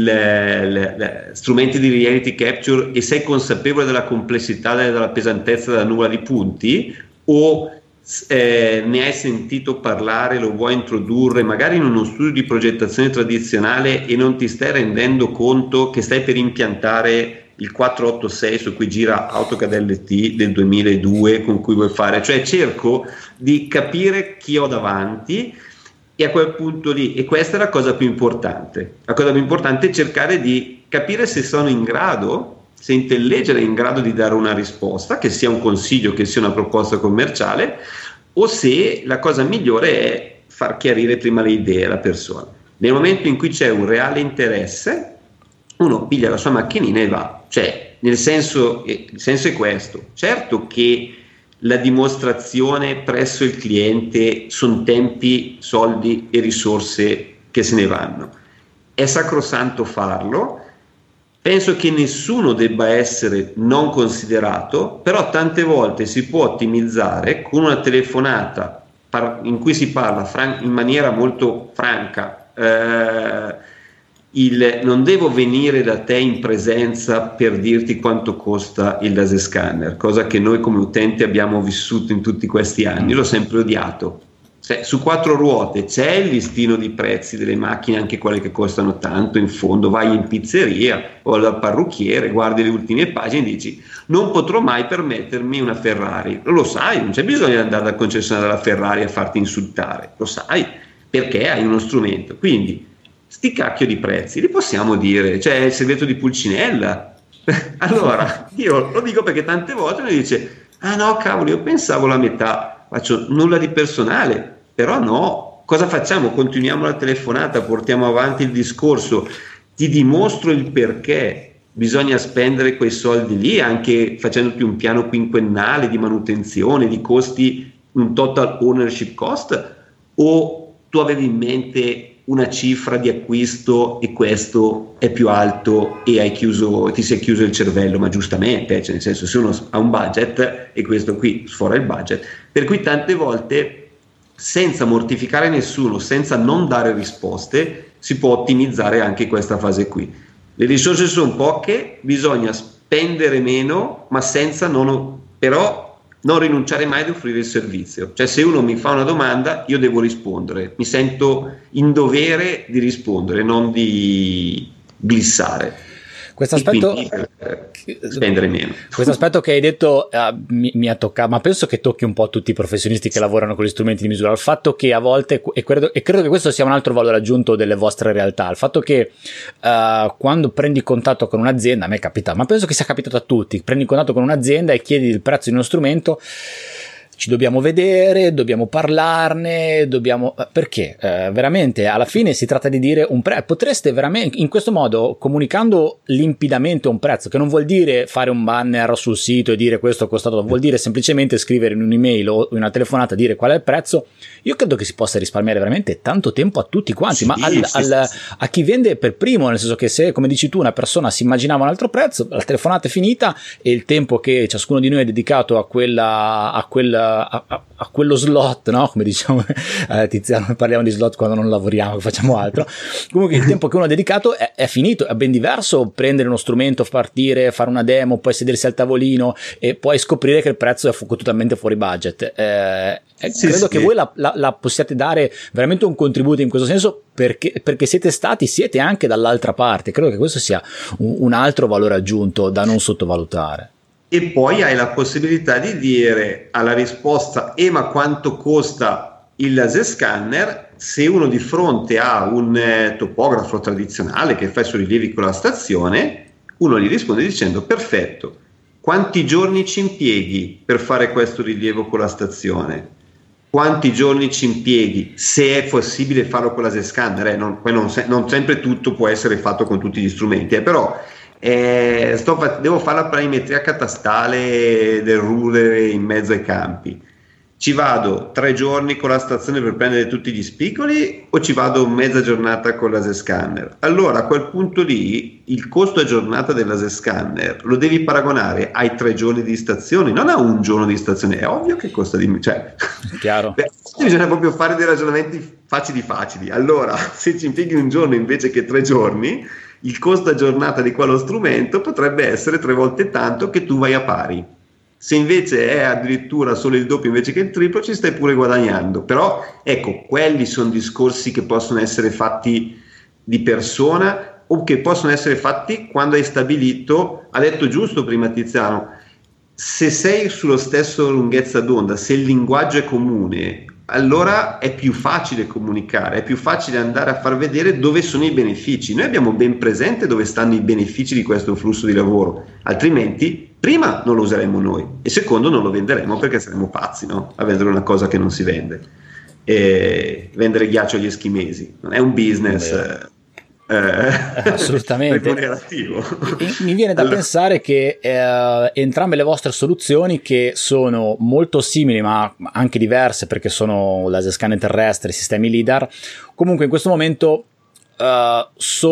strumenti di reality capture e sei consapevole della complessità e della pesantezza della nuvola di punti, o ne hai sentito parlare, lo vuoi introdurre magari in uno studio di progettazione tradizionale e non ti stai rendendo conto che stai per impiantare il 486 su cui gira AutoCAD LT del 2002 con cui vuoi fare, cioè cerco di capire chi ho davanti, e a quel punto lì, e questa è la cosa più importante, è cercare di capire se sono in grado, se Intellegere è in grado di dare una risposta, che sia un consiglio, che sia una proposta commerciale, o se la cosa migliore è far chiarire prima le idee alla persona. Nel momento in cui c'è un reale interesse, uno piglia la sua macchinina e va. Cioè, il senso è questo. Certo che la dimostrazione presso il cliente sono tempi, soldi e risorse che se ne vanno. È sacrosanto farlo. Penso che nessuno debba essere non considerato, però tante volte si può ottimizzare con una telefonata in cui si parla in maniera molto franca. Non devo venire da te in presenza per dirti quanto costa il laser scanner, cosa che noi come utenti abbiamo vissuto in tutti questi anni. L'ho sempre odiato. Su 4 ruote c'è il listino di prezzi delle macchine, anche quelle che costano tanto, in fondo vai in pizzeria o dal parrucchiere, guardi le ultime pagine e dici non potrò mai permettermi una Ferrari. Lo sai, non c'è bisogno di andare dal concessionario della Ferrari a farti insultare, lo sai, perché hai uno strumento. Quindi sti cacchio di prezzi li possiamo dire, cioè è il segreto di Pulcinella. Allora io lo dico perché tante volte mi dice ah no cavolo, io pensavo la metà, faccio nulla di personale, però no, cosa facciamo? Continuiamo la telefonata, portiamo avanti il discorso, ti dimostro il perché bisogna spendere quei soldi lì, anche facendoti un piano quinquennale di manutenzione, di costi, un total ownership cost, o tu avevi in mente una cifra di acquisto e questo è più alto e ti sei chiuso il cervello, ma giustamente, cioè nel senso, se uno ha un budget e questo qui sfora il budget, per cui tante volte senza mortificare nessuno, senza non dare risposte, si può ottimizzare anche questa fase qui. Le risorse sono poche, bisogna spendere meno, ma però non rinunciare mai ad offrire il servizio. Cioè, se uno mi fa una domanda, io devo rispondere, mi sento in dovere di rispondere, non di glissare. Questo aspetto, spendere meno. Questo aspetto che hai detto mi ha toccato, ma penso che tocchi un po' tutti i professionisti che lavorano con gli strumenti di misura. Il fatto che a volte, e credo che questo sia un altro valore aggiunto delle vostre realtà, il fatto che quando prendi contatto con un'azienda, a me è capitato, ma penso che sia capitato a tutti, prendi contatto con un'azienda e chiedi il prezzo di uno strumento, ci dobbiamo vedere, dobbiamo parlarne, perché veramente alla fine si tratta di dire un prezzo. Potreste veramente, in questo modo, comunicando limpidamente un prezzo, che non vuol dire fare un banner sul sito e dire questo è costato, vuol dire semplicemente scrivere in un'email o in una telefonata, dire qual è il prezzo. Io credo che si possa risparmiare veramente tanto tempo a tutti quanti, ma a chi vende per primo, nel senso che se, come dici tu, una persona si immaginava un altro prezzo, la telefonata è finita e il tempo che ciascuno di noi è dedicato a quello slot, no? Come diciamo Tiziano, parliamo di slot quando non lavoriamo, facciamo altro. Comunque il tempo che uno ha dedicato è finito. È ben diverso prendere uno strumento, partire, fare una demo, poi sedersi al tavolino e poi scoprire che il prezzo è totalmente fuori budget. Credo che voi la possiate dare veramente un contributo in questo senso, perché siete anche dall'altra parte. Credo che questo sia un altro valore aggiunto da non sottovalutare. E poi hai la possibilità di dire alla risposta ma quanto costa il laser scanner, se uno di fronte a un topografo tradizionale che fa i suoi rilievi con la stazione, uno gli risponde dicendo perfetto, quanti giorni ci impieghi per fare questo rilievo con la stazione? Quanti giorni ci impieghi, se è possibile farlo con la laser scanner? Non sempre tutto può essere fatto con tutti gli strumenti, però devo fare la planimetria catastale del ruler in mezzo ai campi. Ci vado 3 giorni con la stazione per prendere tutti gli spicoli o ci vado mezza giornata con la laser scanner? Allora a quel punto lì il costo a giornata del laser scanner lo devi paragonare ai 3 giorni di stazione, non a un giorno di stazione. È ovvio che costa di meno, cioè, chiaro. Bisogna proprio fare dei ragionamenti facili. Allora, se ci impieghi un giorno invece che 3 giorni, il costo a giornata di quello strumento potrebbe essere 3 volte tanto che tu vai a pari. Se invece è addirittura solo il doppio invece che il triplo, ci stai pure guadagnando. Però ecco, quelli sono discorsi che possono essere fatti di persona o che possono essere fatti quando hai stabilito, ha detto giusto prima Tiziano, se sei sullo stesso lunghezza d'onda, se il linguaggio è comune, allora è più facile comunicare, è più facile andare a far vedere dove sono i benefici. Noi abbiamo ben presente dove stanno i benefici di questo flusso di lavoro, altrimenti prima non lo useremo noi e secondo non lo venderemo perché saremo pazzi, no? A vendere una cosa che non si vende. E vendere ghiaccio agli eschimesi non è un business assolutamente remunerativo. Mi viene da pensare che entrambe le vostre soluzioni, che sono molto simili ma anche diverse perché sono laser scanner terrestre, sistemi LIDAR, comunque in questo momento non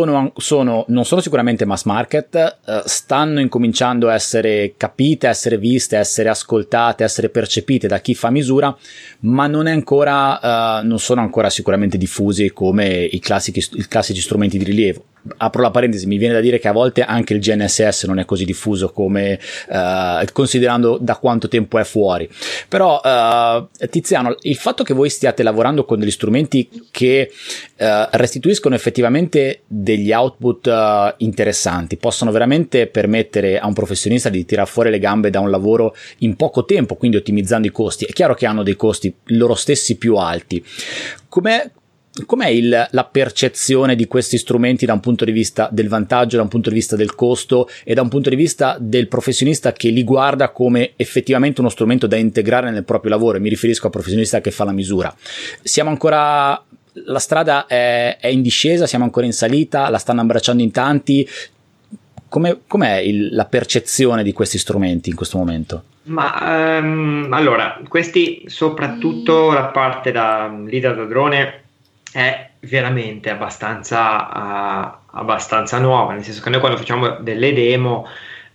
sono sicuramente mass market, stanno incominciando a essere capite, a essere viste, a essere ascoltate, a essere percepite da chi fa misura, ma non sono ancora sicuramente diffusi come i classici strumenti di rilievo. Apro la parentesi, mi viene da dire che a volte anche il GNSS non è così diffuso come considerando da quanto tempo è fuori. Però Tiziano, il fatto che voi stiate lavorando con degli strumenti che restituiscono effettivamente degli output interessanti, possono veramente permettere a un professionista di tirar fuori le gambe da un lavoro in poco tempo, quindi ottimizzando i costi. È chiaro che hanno dei costi loro stessi più alti. Com'è la percezione di questi strumenti da un punto di vista del vantaggio, da un punto di vista del costo e da un punto di vista del professionista che li guarda come effettivamente uno strumento da integrare nel proprio lavoro? Mi riferisco al professionista che fa la misura. La strada è in discesa, siamo ancora in salita, la stanno abbracciando in tanti. Com'è la percezione di questi strumenti in questo momento? Ma allora, questi, soprattutto la parte da LIDAR da drone, è veramente abbastanza nuova, nel senso che noi quando facciamo delle demo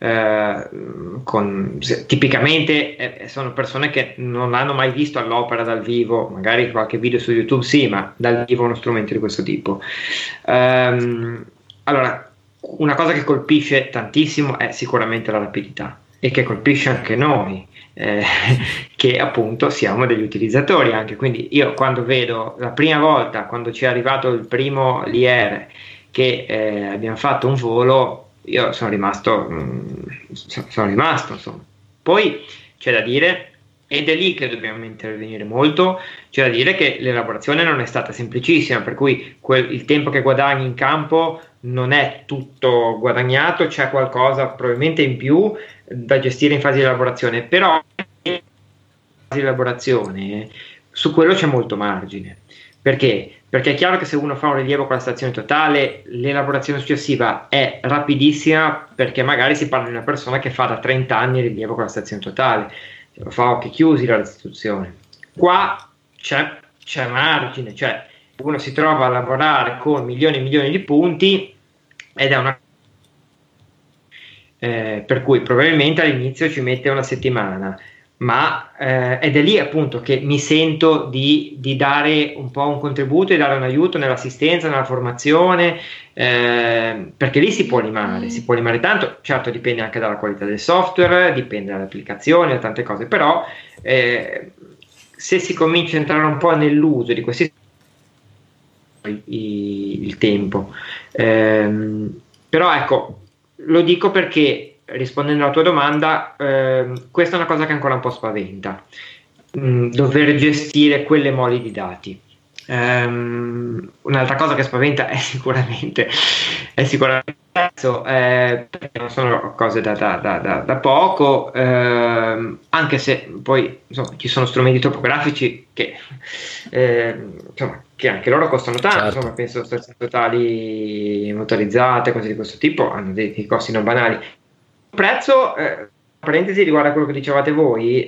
tipicamente sono persone che non l'hanno mai visto all'opera dal vivo, magari qualche video su YouTube sì, ma dal vivo uno strumento di questo tipo. Allora, una cosa che colpisce tantissimo è sicuramente la rapidità, e che colpisce anche noi, che appunto siamo degli utilizzatori anche. Quindi io quando vedo la prima volta, quando ci è arrivato il primo Liere, che abbiamo fatto un volo, io sono rimasto insomma. Poi c'è da dire, ed è lì che dobbiamo intervenire molto, c'è da dire che l'elaborazione non è stata semplicissima, per cui il tempo che guadagni in campo non è tutto guadagnato, c'è qualcosa probabilmente in più da gestire in fase di elaborazione, però in fase di elaborazione su quello c'è molto margine. Perché? Perché è chiaro che se uno fa un rilievo con la stazione totale, l'elaborazione successiva è rapidissima, perché magari si parla di una persona che fa da 30 anni il rilievo con la stazione totale, lo fa a occhi chiusi la restituzione. Qua c'è margine, cioè uno si trova a lavorare con milioni e milioni di punti, ed è una per cui probabilmente all'inizio ci mette una settimana, ma ed è lì appunto che mi sento di dare un po' un contributo e dare un aiuto nell'assistenza, nella formazione, perché lì si può limare tanto. Certo, dipende anche dalla qualità del software, dipende dalle applicazioni, da tante cose, però se si comincia a entrare un po' nell'uso di questi il tempo, però ecco, lo dico perché, rispondendo alla tua domanda, questa è una cosa che ancora un po' spaventa, dover gestire quelle mole di dati. Un'altra cosa che spaventa è sicuramente perché non sono cose da poco, anche se poi insomma ci sono strumenti topografici che insomma, che anche loro costano tanto, certo. Insomma, penso stazioni totali motorizzate, cose di questo tipo, hanno dei costi non banali. Il prezzo, parentesi riguardo a quello che dicevate voi,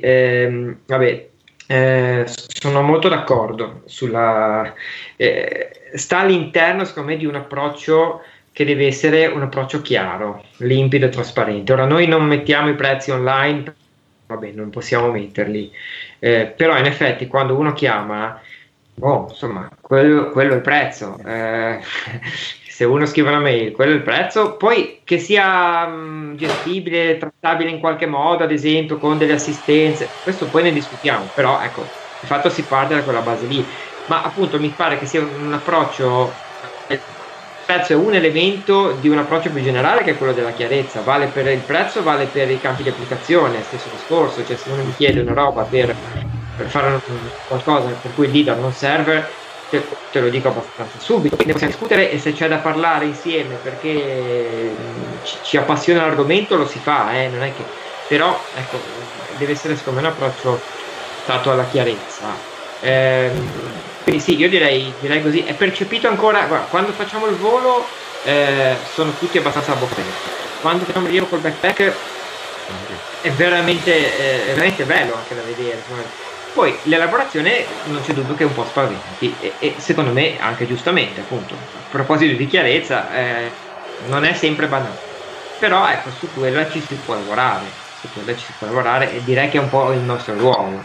sono molto d'accordo sulla sta all'interno secondo me di un approccio che deve essere un approccio chiaro, limpido e trasparente. Ora noi non mettiamo i prezzi online, vabbè, non possiamo metterli, però in effetti quando uno chiama, insomma, quello è il prezzo, se uno scrive una mail, quello è il prezzo, poi che sia gestibile, trattabile in qualche modo, ad esempio con delle assistenze, questo poi ne discutiamo, però ecco, di fatto si parte da quella base lì, ma appunto mi pare che sia un approccio, il prezzo è un elemento di un approccio più generale, che è quello della chiarezza, vale per il prezzo, vale per i campi di applicazione, stesso discorso, cioè se uno mi chiede una roba per fare qualcosa per cui il leader non serve, te lo dico abbastanza subito, ne possiamo discutere, e se c'è da parlare insieme perché ci appassiona l'argomento lo si fa, non è che, però ecco, deve essere secondo me un approccio stato alla chiarezza, quindi sì, io direi così. È percepito ancora, guarda, quando facciamo il volo sono tutti abbastanza a bocca aperta, quando facciamo il rilievo col backpack è veramente bello anche da vedere, insomma. Poi l'elaborazione non c'è dubbio che è un po' spaventi, e secondo me anche giustamente, appunto, a proposito di chiarezza, non è sempre banale, però ecco, su quella ci si può lavorare, e direi che è un po' il nostro ruolo.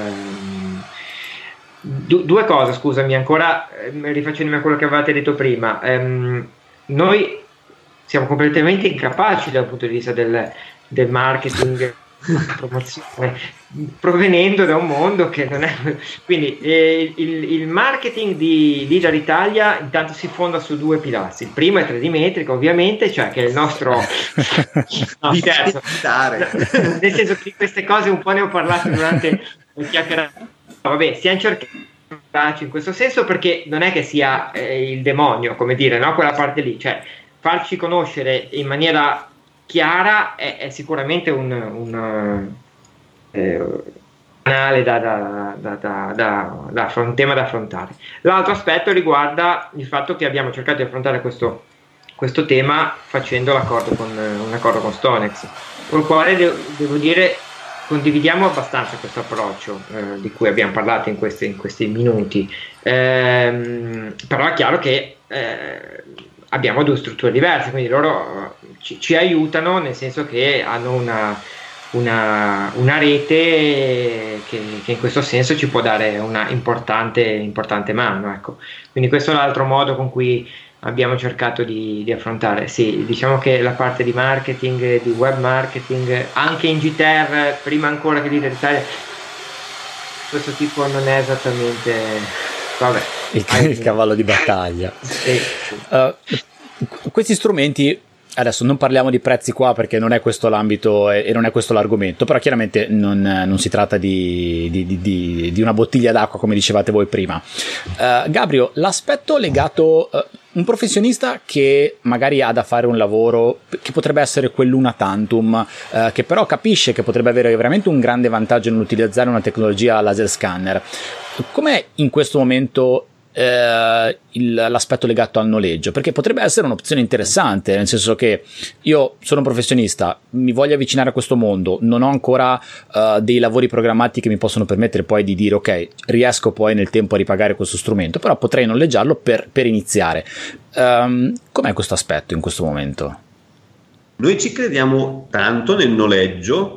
Due cose, scusami, ancora rifacendomi a quello che avevate detto prima, noi siamo completamente incapaci dal punto di vista del marketing, promozione, provenendo da un mondo che non è, quindi il marketing di Leader Italia intanto si fonda su due pilastri. Il primo è 3D Metrica, ovviamente, cioè che è il nostro nel senso che di queste cose un po' ne ho parlato durante il chiacchierato. Vabbè, stiamo cercando in questo senso, perché non è che sia il demonio, come dire, no? Quella parte lì, cioè farci conoscere in maniera chiara è sicuramente un canale un tema da affrontare. L'altro aspetto riguarda il fatto che abbiamo cercato di affrontare questo questo tema facendo un accordo con Stonex, col quale devo dire condividiamo abbastanza questo approccio di cui abbiamo parlato in questi minuti, però è chiaro che abbiamo due strutture diverse, quindi loro ci aiutano, nel senso che hanno una rete che in questo senso ci può dare una importante mano, ecco. Quindi questo è l'altro modo con cui abbiamo cercato di affrontare. Sì, diciamo che la parte di marketing, di web marketing, anche in GTR, prima ancora che Leader Italia, questo tipo non è esattamente, vabbè, il cavallo di battaglia. Sì. Questi strumenti, adesso non parliamo di prezzi qua perché non è questo l'ambito e non è questo l'argomento, però chiaramente non si tratta di una bottiglia d'acqua come dicevate voi prima. Gabrio, l'aspetto legato, un professionista che magari ha da fare un lavoro che potrebbe essere quell'una tantum, che però capisce che potrebbe avere veramente un grande vantaggio nell'utilizzare una tecnologia laser scanner, com'è in questo momento l'aspetto legato al noleggio? Perché potrebbe essere un'opzione interessante, nel senso che io sono un professionista, mi voglio avvicinare a questo mondo, non ho ancora dei lavori programmati che mi possono permettere poi di dire ok, riesco poi nel tempo a ripagare questo strumento, però potrei noleggiarlo per iniziare. Com'è questo aspetto in questo momento? Noi ci crediamo tanto nel noleggio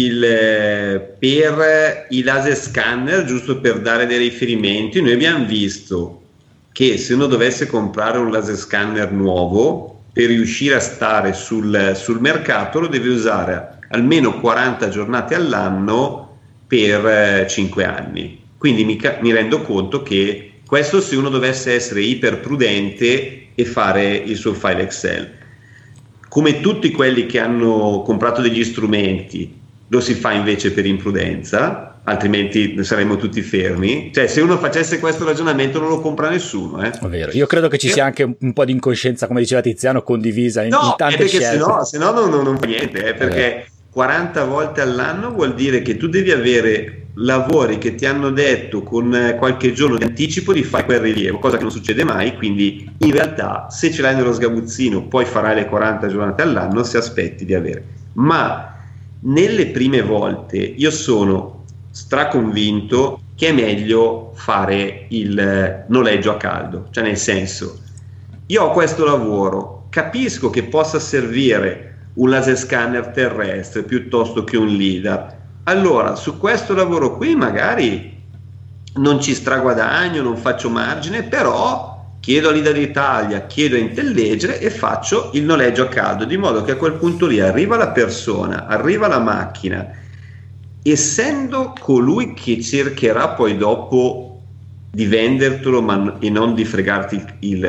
per i laser scanner, giusto per dare dei riferimenti. Noi abbiamo visto che se uno dovesse comprare un laser scanner nuovo, per riuscire a stare sul mercato lo deve usare almeno 40 giornate all'anno per 5 anni. Quindi mi rendo conto che questo se uno dovesse essere iper prudente e fare il suo file Excel. Come tutti quelli che hanno comprato degli strumenti, lo si fa invece per imprudenza, altrimenti saremmo tutti fermi. Cioè, se uno facesse questo ragionamento non lo compra nessuno. È vero. Io credo che ci sia anche un po' di incoscienza, come diceva Tiziano, condivisa in tante scelte. Se no non fa niente, perché 40 volte all'anno vuol dire che tu devi avere lavori che ti hanno detto con qualche giorno di anticipo di fare quel rilievo, cosa che non succede mai. Quindi in realtà se ce l'hai nello sgabuzzino poi farai le 40 giornate all'anno se aspetti di avere. Ma nelle prime volte io sono straconvinto che è meglio fare il noleggio a caldo, cioè nel senso, io ho questo lavoro, capisco che possa servire un laser scanner terrestre piuttosto che un LIDAR, allora su questo lavoro qui magari non ci straguadagno, non faccio margine, però chiedo a LIDAR Italia, chiedo a Intellegere e faccio il noleggio a caldo, di modo che a quel punto lì arriva la persona, arriva la macchina, essendo colui che cercherà poi dopo di vendertelo e non di fregarti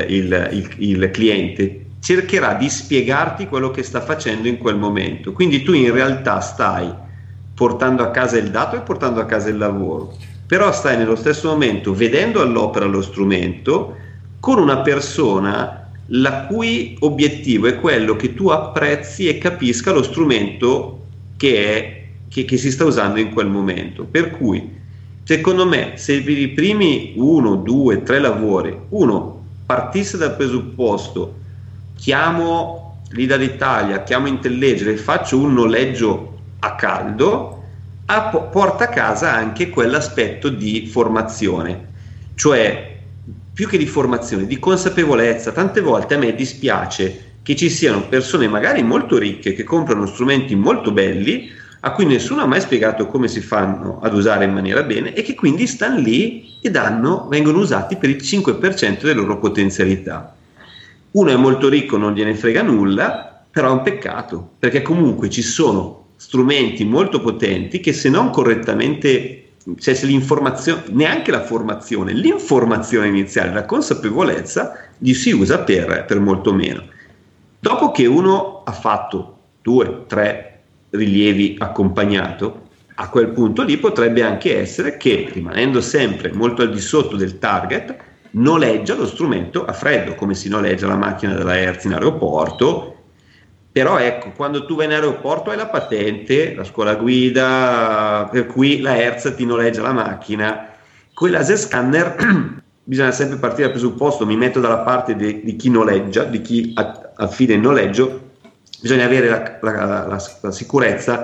il cliente, cercherà di spiegarti quello che sta facendo in quel momento. Quindi tu in realtà stai portando a casa il dato e portando a casa il lavoro, però stai nello stesso momento vedendo all'opera lo strumento con una persona la cui obiettivo è quello che tu apprezzi e capisca lo strumento che si sta usando in quel momento. Per cui secondo me se per i primi 1, 2, 3 lavori uno partisse dal presupposto chiamo LIDAR Italia, chiamo Intellegere e faccio un noleggio a caldo, porta a casa anche quell'aspetto di formazione, cioè più che di formazione, di consapevolezza. Tante volte a me dispiace che ci siano persone magari molto ricche che comprano strumenti molto belli a cui nessuno ha mai spiegato come si fanno ad usare in maniera bene e che quindi stanno lì e vengono usati per il 5% delle loro potenzialità. Uno è molto ricco, non gliene frega nulla, però è un peccato, perché comunque ci sono strumenti molto potenti che se non correttamente, cioè se l'informazione, neanche la formazione, l'informazione iniziale, la consapevolezza gli si usa per molto meno. Dopo che uno ha fatto 2, 3 rilievi accompagnato, a quel punto lì potrebbe anche essere che, rimanendo sempre molto al di sotto del target, noleggia lo strumento a freddo, come si noleggia la macchina della Hertz in aeroporto. Però ecco, quando tu vai in aeroporto hai la patente, la scuola guida, per cui la Hertz ti noleggia la macchina. Con i laser scanner bisogna sempre partire dal presupposto, mi metto dalla parte di chi noleggia, di chi affida il noleggio, bisogna avere la sicurezza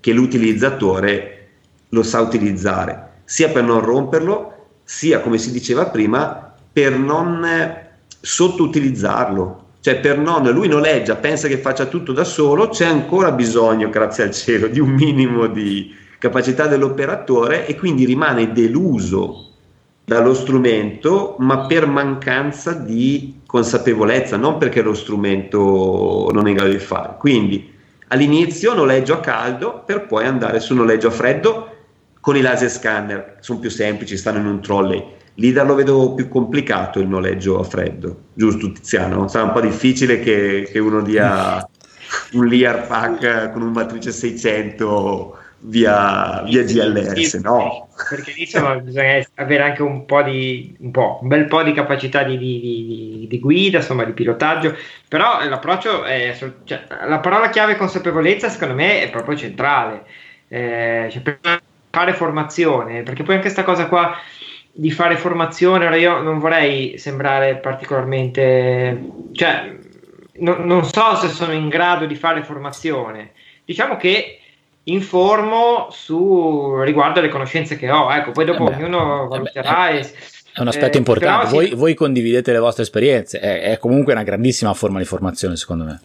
che l'utilizzatore lo sa utilizzare, sia per non romperlo, sia, come si diceva prima, per non sottoutilizzarlo. Cioè lui noleggia, pensa che faccia tutto da solo, c'è ancora bisogno, grazie al cielo, di un minimo di capacità dell'operatore, e quindi rimane deluso dallo strumento, ma per mancanza di consapevolezza, non perché lo strumento non è in grado di fare. Quindi all'inizio noleggio a caldo per poi andare su noleggio a freddo con i laser scanner, sono più semplici, stanno in un trolley. L'IDAR lo vedo più complicato, il noleggio a freddo, giusto Tiziano? Sarà un po' difficile che uno dia un LIAR pack con un matrice 600 via GLS, no? Perché insomma bisogna avere anche un bel po' di capacità di guida, insomma, di pilotaggio, però l'approccio cioè, la parola chiave consapevolezza secondo me è proprio centrale, cioè, per fare formazione, perché poi anche questa cosa qua di fare formazione, ora io non vorrei sembrare particolarmente, cioè non so se sono in grado di fare formazione, diciamo che informo riguardo alle conoscenze che ho, ecco, poi dopo ognuno valuterà. È un aspetto importante, voi condividete le vostre esperienze, è comunque una grandissima forma di formazione, secondo me.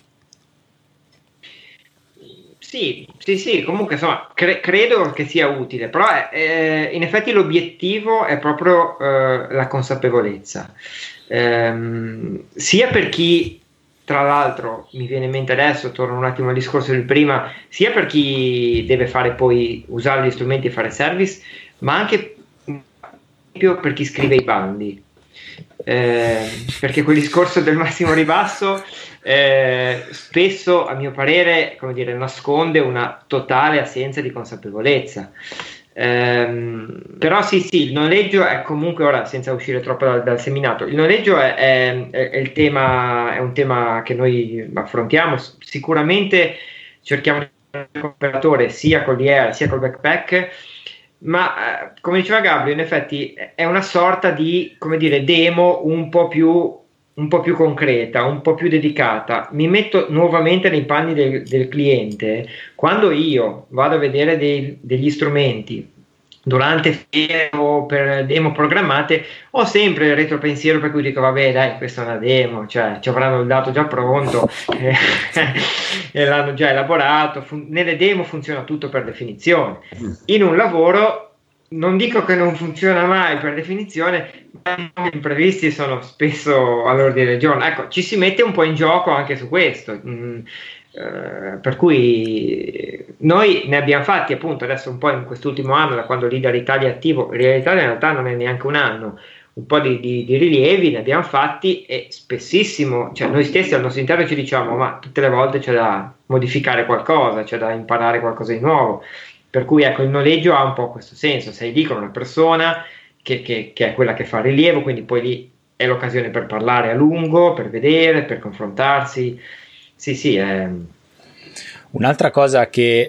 Sì, comunque insomma credo che sia utile, però in effetti l'obiettivo è proprio la consapevolezza, sia per chi, tra l'altro mi viene in mente adesso, torno un attimo al discorso del prima, sia per chi deve usare gli strumenti e fare service, ma anche per chi scrive i bandi, perché quel discorso del massimo ribasso spesso, a mio parere, come dire, nasconde una totale assenza di consapevolezza. Però sì, il noleggio è comunque, ora senza uscire troppo dal seminato, il noleggio è il tema, è un tema che noi affrontiamo, sicuramente cerchiamo di fare un operatore sia con l'IR sia col backpack, ma come diceva Gabrio, in effetti è una sorta di, come dire, demo un po' più concreta, un po' più dedicata. Mi metto nuovamente nei panni del cliente. Quando io vado a vedere degli strumenti durante o per demo programmate, ho sempre il retropensiero per cui dico vabbè dai, questa è una demo, cioè ci avranno il dato già pronto e l'hanno già elaborato. Nelle demo funziona tutto per definizione. In un lavoro non dico che non funziona mai per definizione, ma gli imprevisti sono spesso all'ordine del giorno. Ecco, ci si mette un po' in gioco anche su questo, per cui noi ne abbiamo fatti appunto adesso un po' in quest'ultimo anno, da quando l'IDAR Italia è attivo, in realtà non è neanche un anno, un po' di rilievi ne abbiamo fatti, e spessissimo, cioè noi stessi al nostro interno ci diciamo ma tutte le volte c'è da modificare qualcosa, c'è da imparare qualcosa di nuovo. Per cui ecco, il noleggio ha un po' questo senso, sei lì con una persona che è quella che fa rilievo, quindi poi lì è l'occasione per parlare a lungo, per vedere, per confrontarsi. Sì. Un'altra cosa che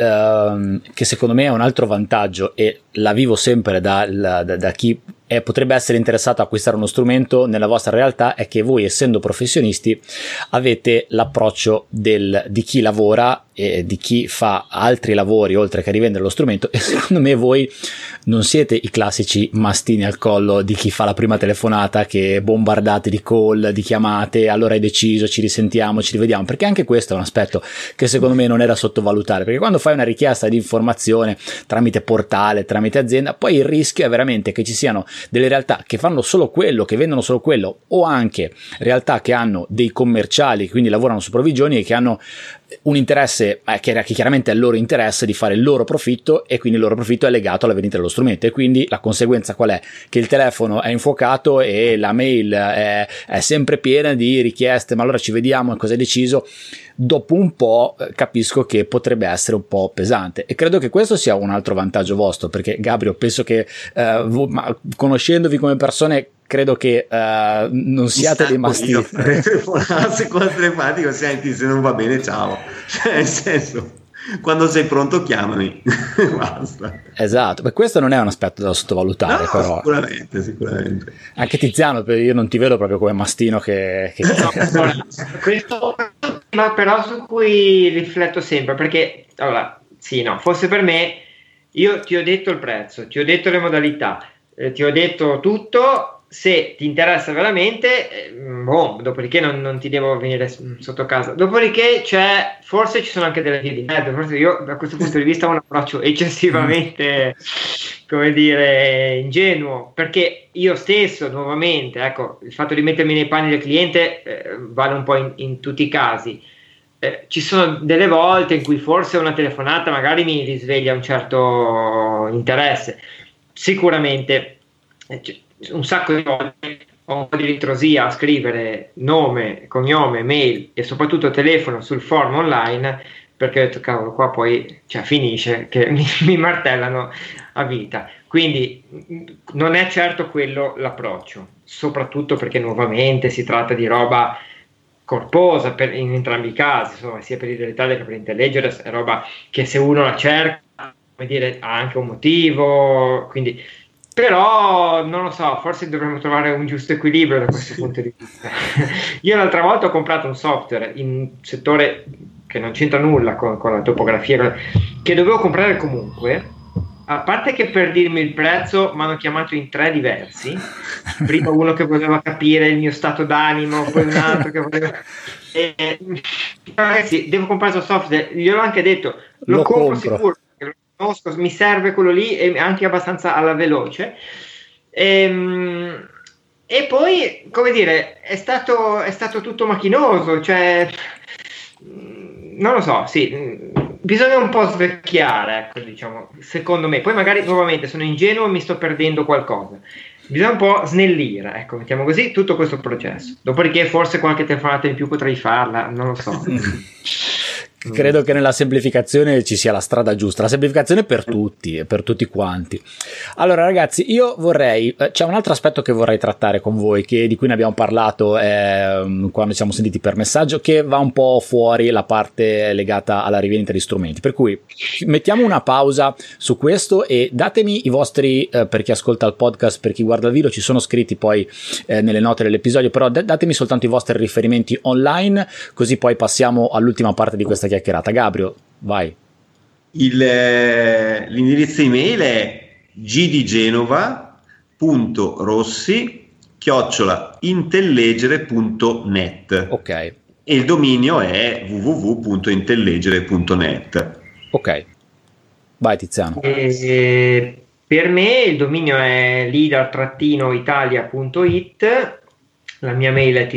secondo me è un altro vantaggio, e la vivo sempre da chi potrebbe essere interessato a acquistare uno strumento nella vostra realtà, è che voi, essendo professionisti, avete l'approccio di chi lavora e di chi fa altri lavori oltre che rivendere lo strumento, e secondo me voi non siete i classici mastini al collo di chi fa la prima telefonata, che bombardate di call, di chiamate, allora hai deciso, ci risentiamo, ci rivediamo, perché anche questo è un aspetto che secondo me non è da sottovalutare, perché quando fai una richiesta di informazione tramite portale, tramite azienda, poi il rischio è veramente che ci siano delle realtà che fanno solo quello, che vendono solo quello, o anche realtà che hanno dei commerciali, quindi lavorano su provvigioni e che hanno un interesse che chiaramente è il loro interesse di fare il loro profitto, e quindi il loro profitto è legato alla vendita dello strumento, e quindi la conseguenza qual è? Che il telefono è infuocato e la mail è sempre piena di richieste, ma allora ci vediamo, cosa hai deciso? Dopo un po' capisco che potrebbe essere un po' pesante, e credo che questo sia un altro vantaggio vostro, perché Gabrio, penso che conoscendovi come persone, credo che non siate dei mastini. Telefonarsi con il telematico, senti, se non va bene ciao, cioè, nel senso, quando sei pronto chiamami. Basta. Esatto, beh, questo non è un aspetto da sottovalutare, no, però sicuramente anche Tiziano, io non ti vedo proprio come mastino che... No, questo, ma però su cui rifletto sempre, perché allora sì, no, fosse per me, io ti ho detto il prezzo, ti ho detto le modalità, ti ho detto tutto. Se ti interessa veramente, dopodiché non ti devo venire sotto casa. Dopodiché forse ci sono anche delle vie di mezzo. Forse io da questo punto di vista ho un approccio eccessivamente, come dire, ingenuo, perché io stesso, nuovamente, ecco, il fatto di mettermi nei panni del cliente vale un po' in tutti i casi. Ci sono delle volte in cui forse una telefonata magari mi risveglia un certo interesse. Sicuramente un sacco di volte ho un po' di ritrosia a scrivere nome, cognome, mail e soprattutto telefono sul form online, perché ho detto cavolo, qua poi finisce che mi martellano a vita. Quindi non è certo quello l'approccio, soprattutto perché nuovamente si tratta di roba corposa in entrambi i casi, insomma, sia per l'Italia che per l'Intelligence, è roba che se uno la cerca, come dire, ha anche un motivo, quindi. Però non lo so, forse dovremmo trovare un giusto equilibrio da questo punto di vista. Io l'altra volta ho comprato un software in un settore che non c'entra nulla con la topografia, che dovevo comprare comunque, a parte che per dirmi il prezzo mi hanno chiamato in 3 diversi, prima uno che voleva capire il mio stato d'animo, poi un altro che voleva... ragazzi, devo comprare questo software, gliel'ho anche detto, lo compro sicuro. Mi serve quello lì e anche abbastanza alla veloce e poi, come dire, è stato tutto macchinoso, non lo so, sì, bisogna un po' svecchiare, ecco, diciamo, secondo me. Poi magari nuovamente sono ingenuo e mi sto perdendo qualcosa, bisogna un po' snellire, ecco, mettiamo così, tutto questo processo. Dopodiché forse qualche telefonata in più potrei farla, non lo so. Credo che nella semplificazione ci sia la strada giusta, la semplificazione per tutti e per tutti quanti. Allora ragazzi, io c'è un altro aspetto che vorrei trattare con voi, di cui ne abbiamo parlato quando ci siamo sentiti per messaggio, che va un po' fuori la parte legata alla rivendita di strumenti, per cui mettiamo una pausa su questo e datemi i vostri, per chi ascolta il podcast, per chi guarda il video, ci sono scritti poi nelle note dell'episodio, però datemi soltanto i vostri riferimenti online, così poi passiamo all'ultima parte di questa chiacchierata. Gabrio, vai. L'indirizzo email è gdgenova.rossi@intellegere.net. Ok. E il dominio è www.intellegere.net. Ok. Vai Tiziano. Per me il dominio è leader-italia.it, la mia mail è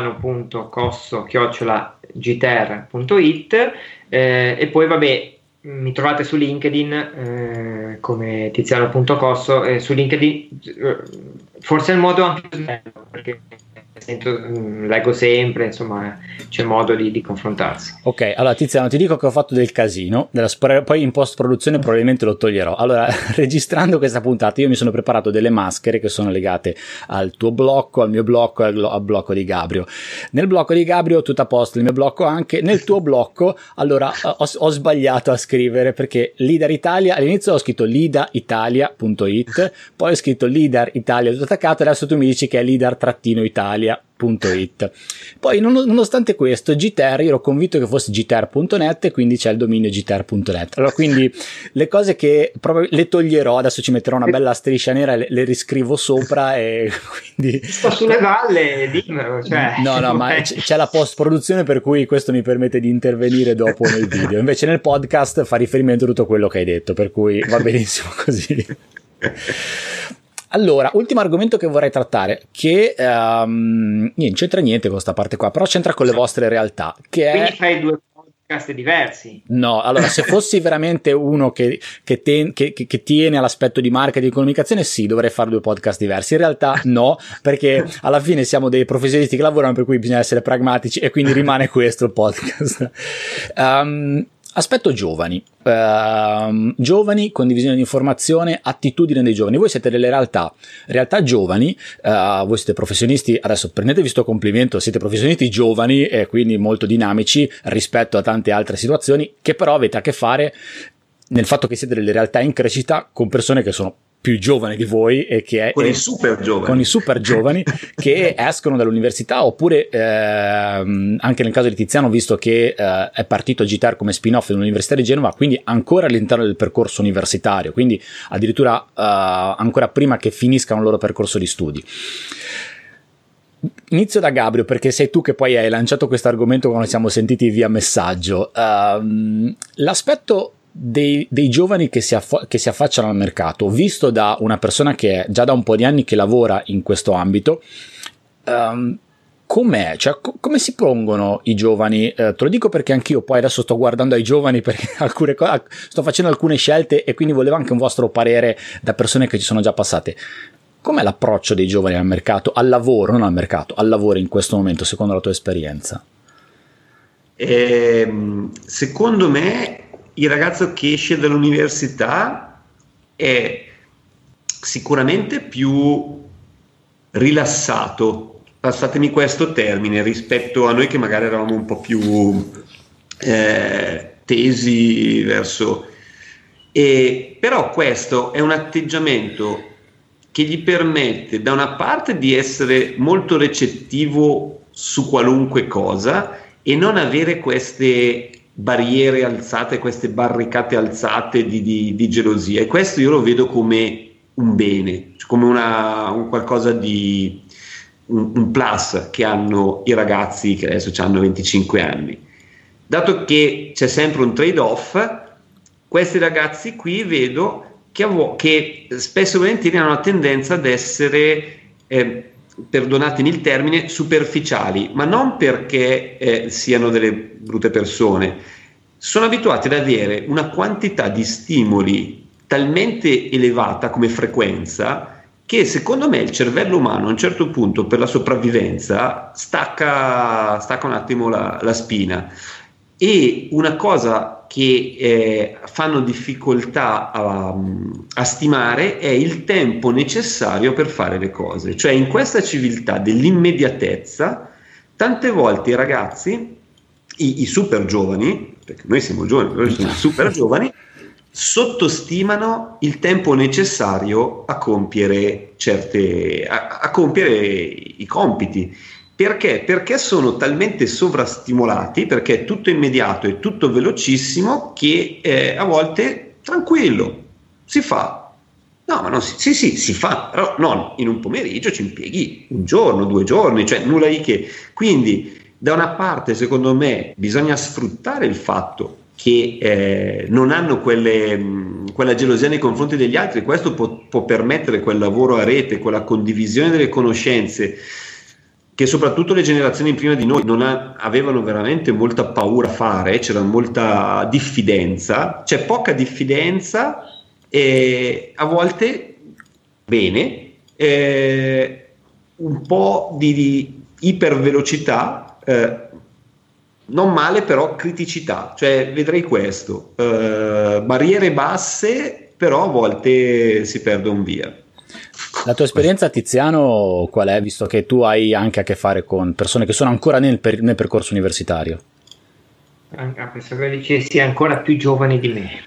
tiziano.cosso@gter.it e poi vabbè, mi trovate su LinkedIn come tiziano.cosso, su LinkedIn forse è il modo anche più bello, perché leggo sempre, insomma c'è modo di confrontarsi. Ok, allora Tiziano, ti dico che ho fatto del casino, poi in post produzione probabilmente lo toglierò. Allora, registrando questa puntata io mi sono preparato delle maschere che sono legate al tuo blocco, al mio blocco e al blocco di Gabrio. Nel blocco di Gabrio tutto a posto, nel mio blocco anche. Nel tuo blocco allora ho sbagliato a scrivere, perché Leader Italia, all'inizio ho scritto leaderitalia.it, poi ho scritto Leader Italia tutto attaccato, adesso tu mi dici che è leader-italia.it. Poi nonostante questo GTR, io ero convinto che fosse gter.net, quindi c'è il dominio gter.net. Allora quindi le cose che proprio le toglierò, adesso ci metterò una bella striscia nera e le riscrivo sopra, e quindi sto sulle valle, dimmelo, no ma c'è la post produzione, per cui questo mi permette di intervenire dopo nel video, invece nel podcast fa riferimento a tutto quello che hai detto, per cui va benissimo così. Allora, ultimo argomento che vorrei trattare, che non c'entra niente con questa parte qua, però c'entra con le vostre realtà. Quindi fai 2 podcast diversi? No, allora, se fossi veramente uno che tiene all'aspetto di marketing e di comunicazione, sì, dovrei fare 2 podcast diversi. In realtà no, perché alla fine siamo dei professionisti che lavorano, per cui bisogna essere pragmatici, e quindi rimane questo il podcast. Aspetto giovani, condivisione di informazione, attitudine dei giovani. Voi siete delle realtà giovani, voi siete professionisti, adesso prendetevi sto complimento, siete professionisti giovani e quindi molto dinamici rispetto a tante altre situazioni, che però avete a che fare nel fatto che siete delle realtà in crescita con persone che sono più giovane di voi e che è con i super giovani che escono dall'università, oppure anche nel caso di Tiziano, visto che è partito a GITAR come spin-off dell'Università di Genova, quindi ancora all'interno del percorso universitario, quindi addirittura ancora prima che finiscano il loro percorso di studi. Inizio da Gabrio, perché sei tu che poi hai lanciato questo argomento quando siamo sentiti via messaggio. L'aspetto dei giovani che si affacciano al mercato, visto da una persona che è già da un po' di anni che lavora in questo ambito, com'è? Cioè, come si pongono i giovani? Te lo dico perché anch'io poi adesso sto guardando ai giovani, perché sto facendo alcune scelte e quindi volevo anche un vostro parere da persone che ci sono già passate. Com'è l'approccio dei giovani al mercato, al lavoro, non al mercato, al lavoro in questo momento, secondo la tua esperienza? Secondo me il ragazzo che esce dall'università è sicuramente più rilassato, passatemi questo termine, rispetto a noi che magari eravamo un po' più tesi verso... però questo è un atteggiamento che gli permette da una parte di essere molto recettivo su qualunque cosa e non avere queste barriere alzate, queste barricate alzate di gelosia, e questo io lo vedo come un bene, come un qualcosa di un plus che hanno i ragazzi che adesso hanno 25 anni. Dato che c'è sempre un trade-off, questi ragazzi qui vedo che spesso e volentieri hanno la tendenza ad essere, perdonatemi il termine, superficiali, ma non perché siano delle brutte persone. Sono abituati ad avere una quantità di stimoli talmente elevata come frequenza che secondo me il cervello umano a un certo punto, per la sopravvivenza, stacca un attimo la spina. E una cosa che fanno difficoltà a stimare è il tempo necessario per fare le cose. Cioè, in questa civiltà dell'immediatezza, tante volte i ragazzi, i super giovani, perché noi siamo giovani, però sono super giovani, sottostimano il tempo necessario a compiere a compiere i compiti. Perché? Perché sono talmente sovrastimolati, perché è tutto immediato e tutto velocissimo, che a volte tranquillo, si fa. No, ma non si fa, però non in un pomeriggio, ci impieghi un giorno, 2 giorni, cioè nulla di che. Quindi da una parte secondo me bisogna sfruttare il fatto che non hanno quella gelosia nei confronti degli altri, questo può permettere quel lavoro a rete, quella condivisione delle conoscenze, che soprattutto le generazioni prima di noi non avevano veramente molta paura a fare, c'era molta diffidenza, c'è poca diffidenza e a volte bene, un po' di ipervelocità, non male, però criticità, cioè vedrei questo, barriere basse, però a volte si perdono via. La tua esperienza, Tiziano, qual è, visto che tu hai anche a che fare con persone che sono ancora nel percorso universitario? Penso che dicessi ancora più giovani di me.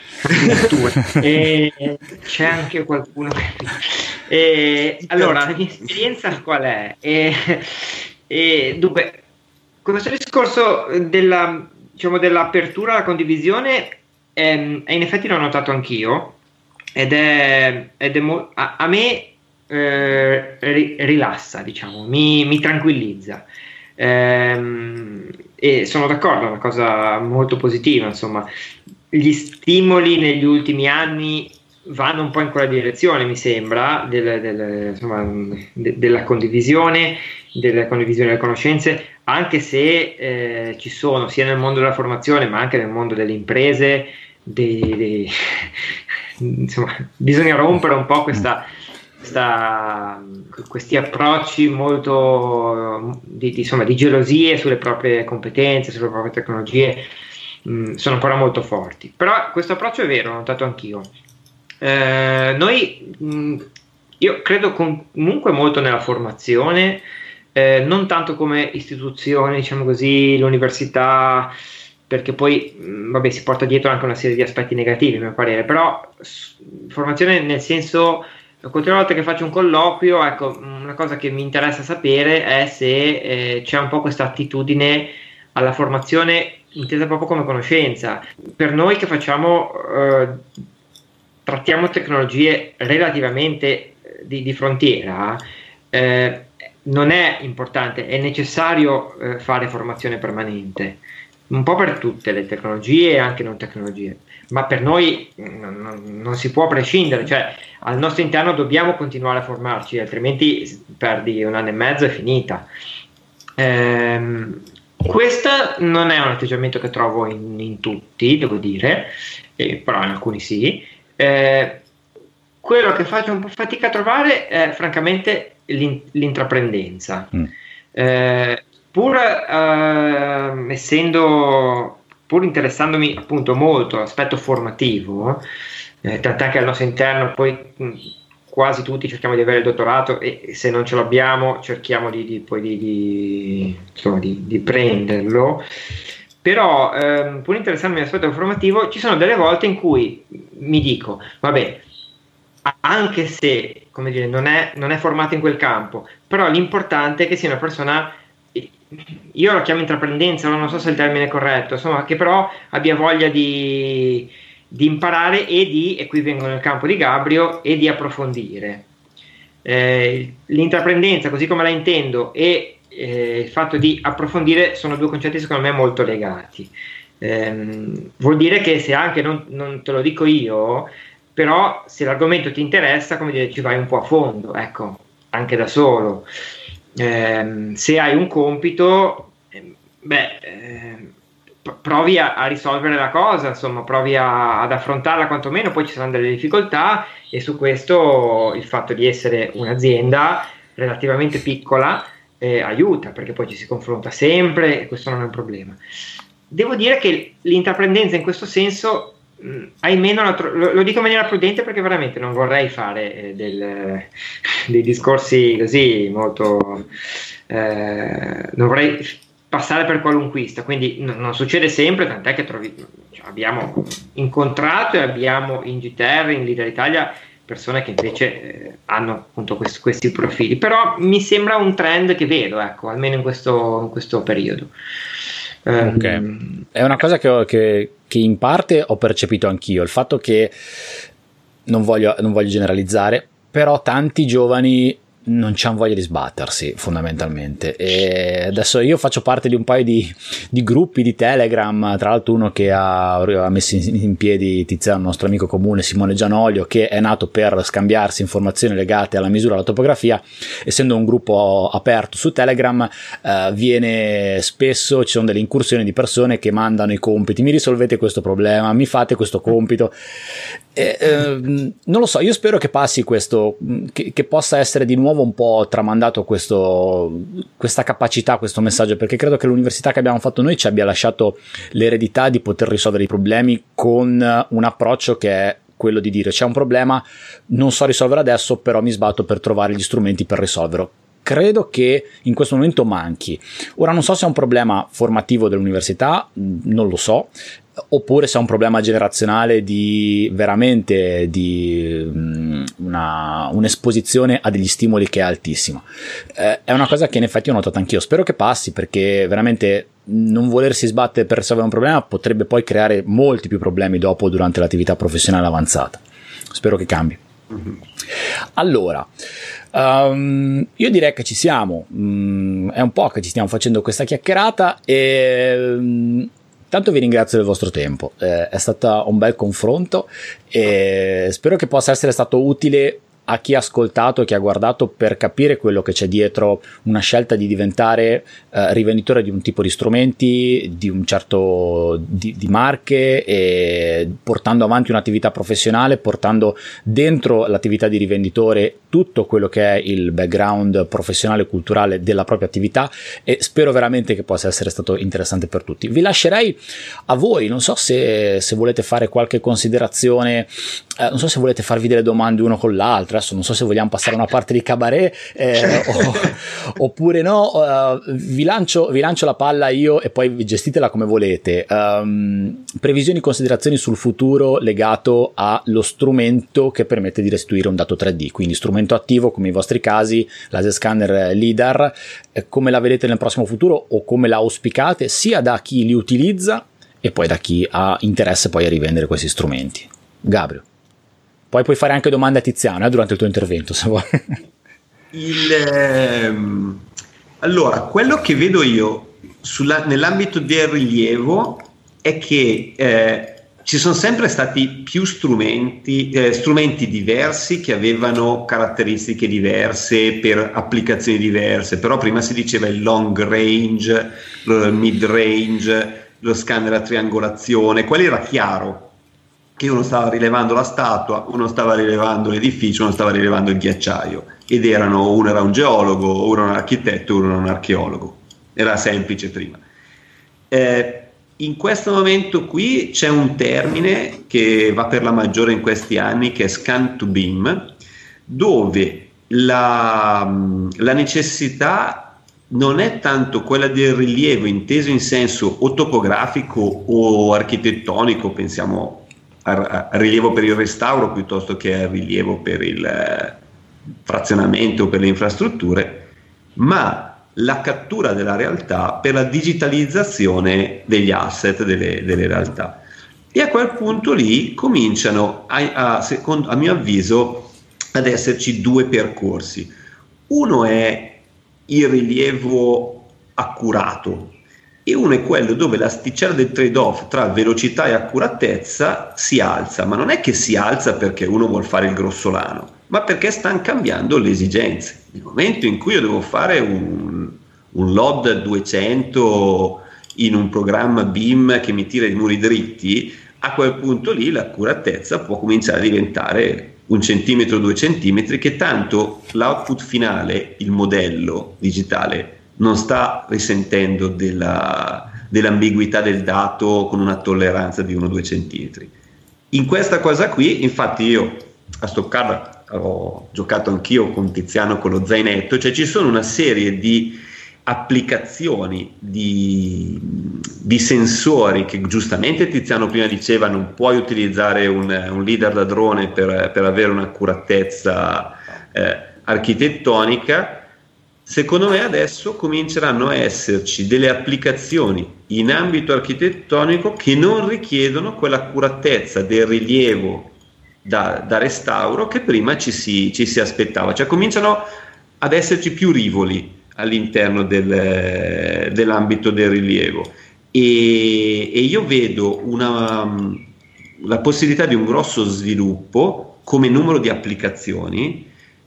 C'è anche qualcuno allora, la mia esperienza qual è? Dunque, questo discorso dell'apertura alla condivisione in effetti l'ho notato anch'io, ed è a me rilassa, diciamo, mi tranquillizza, e sono d'accordo, è una cosa molto positiva. Insomma, gli stimoli negli ultimi anni vanno un po' in quella direzione, mi sembra, della condivisione delle conoscenze, anche se ci sono sia nel mondo della formazione ma anche nel mondo delle imprese insomma, bisogna rompere un po' questi approcci molto di gelosie sulle proprie competenze, sulle proprie tecnologie, sono ancora molto forti. Però questo approccio è vero, l'ho notato anch'io. Io credo comunque molto nella formazione, non tanto come istituzione, diciamo così, l'università, perché poi si porta dietro anche una serie di aspetti negativi, a mio parere, però formazione nel senso tutte le volte che faccio un colloquio, ecco, una cosa che mi interessa sapere è se c'è un po' questa attitudine alla formazione intesa proprio come conoscenza. Per noi che facciamo, trattiamo tecnologie relativamente di frontiera, non è importante, è necessario fare formazione permanente, un po' per tutte le tecnologie e anche non tecnologie, ma per noi non si può prescindere, cioè al nostro interno dobbiamo continuare a formarci, altrimenti perdi un anno e mezzo e finita. Questo non è un atteggiamento che trovo in tutti, devo dire, però in alcuni sì. Quello che faccio un po' fatica a trovare è francamente l'intraprendenza. Pur interessandomi appunto molto l'aspetto formativo, tant'è che al nostro interno poi quasi tutti cerchiamo di avere il dottorato e se non ce l'abbiamo cerchiamo di prenderlo, però pur interessandomi l'aspetto formativo ci sono delle volte in cui mi dico vabbè, anche se come dire, non è formato in quel campo, però l'importante è che sia una persona, io lo chiamo intraprendenza, non so se il termine è corretto, insomma, che però abbia voglia di imparare e qui vengo nel campo di Gabrio, e di approfondire. L'intraprendenza, così come la intendo, e il fatto di approfondire sono due concetti secondo me molto legati. Vuol dire che se anche non te lo dico io, però se l'argomento ti interessa, come dire, ci vai un po' a fondo, ecco, anche da solo. Se hai un compito, provi a risolvere la cosa, insomma, provi ad affrontarla quantomeno, poi ci saranno delle difficoltà e su questo il fatto di essere un'azienda relativamente piccola aiuta, perché poi ci si confronta sempre e questo non è un problema. Devo dire che l'intraprendenza in questo senso, ahimè, lo dico in maniera prudente perché veramente non vorrei fare dei discorsi così molto non vorrei passare per qualunquista, quindi non succede sempre, tant'è che abbiamo incontrato e abbiamo in GTR, in Leader Italia, persone che invece hanno appunto questi profili, però mi sembra un trend che vedo, ecco, almeno in questo periodo. Okay. È una cosa che in parte ho percepito anch'io, il fatto che non voglio generalizzare, però tanti giovani non c'hanno voglia di sbattersi fondamentalmente, e adesso io faccio parte di un paio di gruppi di Telegram, tra l'altro uno che ha messo in piedi Tiziano, nostro amico comune Simone Gianolio, che è nato per scambiarsi informazioni legate alla misura e alla topografia. Essendo un gruppo aperto su Telegram, viene spesso, ci sono delle incursioni di persone che mandano i compiti, mi risolvete questo problema, mi fate questo compito. Non lo so, io spero che passi questo, che possa essere di nuovo un po' tramandato questa capacità, questo messaggio, perché credo che l'università che abbiamo fatto noi ci abbia lasciato l'eredità di poter risolvere i problemi con un approccio che è quello di dire: c'è un problema, non so risolvere adesso, però mi sbatto per trovare gli strumenti per risolverlo. Credo che in questo momento manchi. Ora non so se è un problema formativo dell'università, non lo so, oppure se è un problema generazionale di un'esposizione a degli stimoli che è altissima. È una cosa che in effetti ho notato anch'io. Spero che passi, perché veramente non volersi sbattere per risolvere un problema potrebbe poi creare molti più problemi dopo, durante l'attività professionale avanzata. Spero che cambi. Allora, io direi che ci siamo, è un po' che ci stiamo facendo questa chiacchierata e tanto vi ringrazio del vostro tempo, è stato un bel confronto e spero che possa essere stato utile a chi ha ascoltato e chi ha guardato, per capire quello che c'è dietro una scelta di diventare rivenditore di un tipo di strumenti, di un certo di marche, e portando avanti un'attività professionale, portando dentro l'attività di rivenditore tutto quello che è il background professionale e culturale della propria attività, e spero veramente che possa essere stato interessante per tutti. Vi lascerei a voi, non so se volete fare qualche considerazione, non so se volete farvi delle domande uno con l'altra. adesso non so se vogliamo passare a una parte di cabaret oppure no, vi lancio la palla io e poi gestitela come volete. Previsioni e considerazioni sul futuro legato allo strumento che permette di restituire un dato 3D, quindi strumento attivo come i vostri casi, laser scanner LiDAR, come la vedete nel prossimo futuro o come la auspicate, sia da chi li utilizza e poi da chi ha interesse poi a rivendere questi strumenti. Gabriel, poi puoi fare anche domande a Tiziano durante il tuo intervento se vuoi. Allora, quello che vedo io nell'ambito del rilievo è che ci sono sempre stati più strumenti diversi che avevano caratteristiche diverse per applicazioni diverse, però prima si diceva il long range, il mid range, lo scanner a triangolazione, quello era chiaro che uno stava rilevando la statua, uno stava rilevando l'edificio, uno stava rilevando il ghiacciaio, ed uno era un geologo, uno era un architetto, uno era un archeologo, era semplice prima. In questo momento qui c'è un termine che va per la maggiore in questi anni, che è scan to beam, dove la necessità non è tanto quella del rilievo inteso in senso o topografico o architettonico, pensiamo al rilievo per il restauro piuttosto che al rilievo per il frazionamento o per le infrastrutture, ma la cattura della realtà per la digitalizzazione degli asset delle realtà. E a quel punto lì cominciano a mio avviso ad esserci due percorsi. Uno è il rilievo accurato e uno è quello dove l'asticella del trade-off tra velocità e accuratezza si alza, ma non è che si alza perché uno vuol fare il grossolano, ma perché stanno cambiando le esigenze. Nel momento in cui io devo fare un LOD 200 in un programma BIM che mi tira i muri dritti, a quel punto lì l'accuratezza può cominciare a diventare 1 centimetro, 2 centimetri, che tanto l'output finale, il modello digitale, non sta risentendo dell'ambiguità del dato con una tolleranza di 1-2 centimetri. In questa cosa qui, infatti, io a Stoccarda ho giocato anch'io con Tiziano con lo zainetto, cioè ci sono una serie di applicazioni di sensori che giustamente Tiziano prima diceva non puoi utilizzare un LiDAR da drone per avere un'accuratezza architettonica. Secondo me adesso cominceranno a esserci delle applicazioni in ambito architettonico che non richiedono quell'accuratezza del rilievo da restauro che prima ci si aspettava, cioè cominciano ad esserci più rivoli all'interno dell'ambito del rilievo e io vedo la possibilità di un grosso sviluppo come numero di applicazioni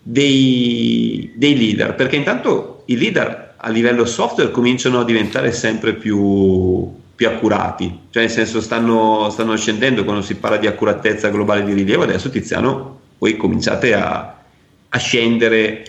dei LiDAR, perché intanto i LiDAR a livello software cominciano a diventare sempre più accurati, cioè nel senso stanno scendendo. Quando si parla di accuratezza globale di rilievo, adesso Tiziano voi cominciate a scendere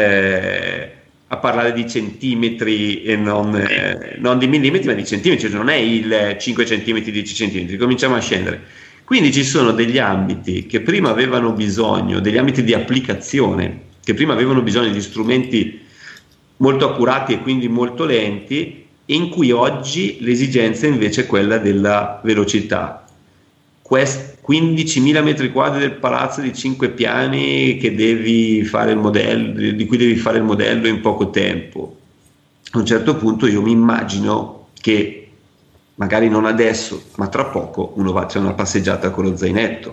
a parlare di centimetri e non di millimetri, ma di centimetri, cioè non è il 5 centimetri, 10 centimetri, cominciamo a scendere. Quindi ci sono degli ambiti che prima avevano bisogno, degli ambiti di applicazione, che prima avevano bisogno di strumenti molto accurati e quindi molto lenti, e in cui oggi l'esigenza invece è quella della velocità. 15.000 metri quadri del palazzo di 5 piani che devi fare il modello, di cui devi fare il modello in poco tempo. A un certo punto io mi immagino che magari non adesso, ma tra poco uno faccia una passeggiata con lo zainetto.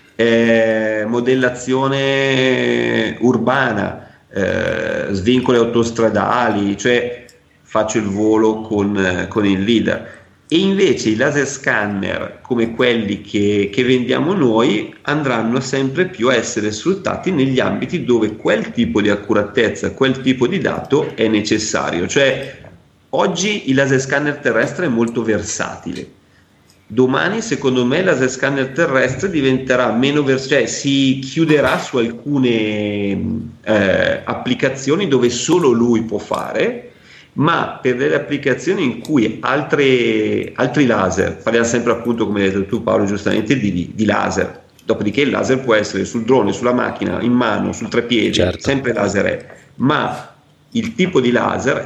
Modellazione urbana, svincoli autostradali, cioè faccio il volo con il LiDAR. E invece i laser scanner come quelli che vendiamo noi andranno sempre più a essere sfruttati negli ambiti dove quel tipo di accuratezza, quel tipo di dato è necessario. Cioè oggi il laser scanner terrestre è molto versatile. Domani secondo me il laser scanner terrestre diventerà meno versatile, cioè si chiuderà su alcune applicazioni dove solo lui può fare, ma per delle applicazioni in cui altri laser, parliamo sempre appunto, come hai detto tu Paolo giustamente, di laser, Dopodiché il laser può essere sul drone, sulla macchina, in mano, sul treppiede, certo. Sempre laser è, ma il tipo di laser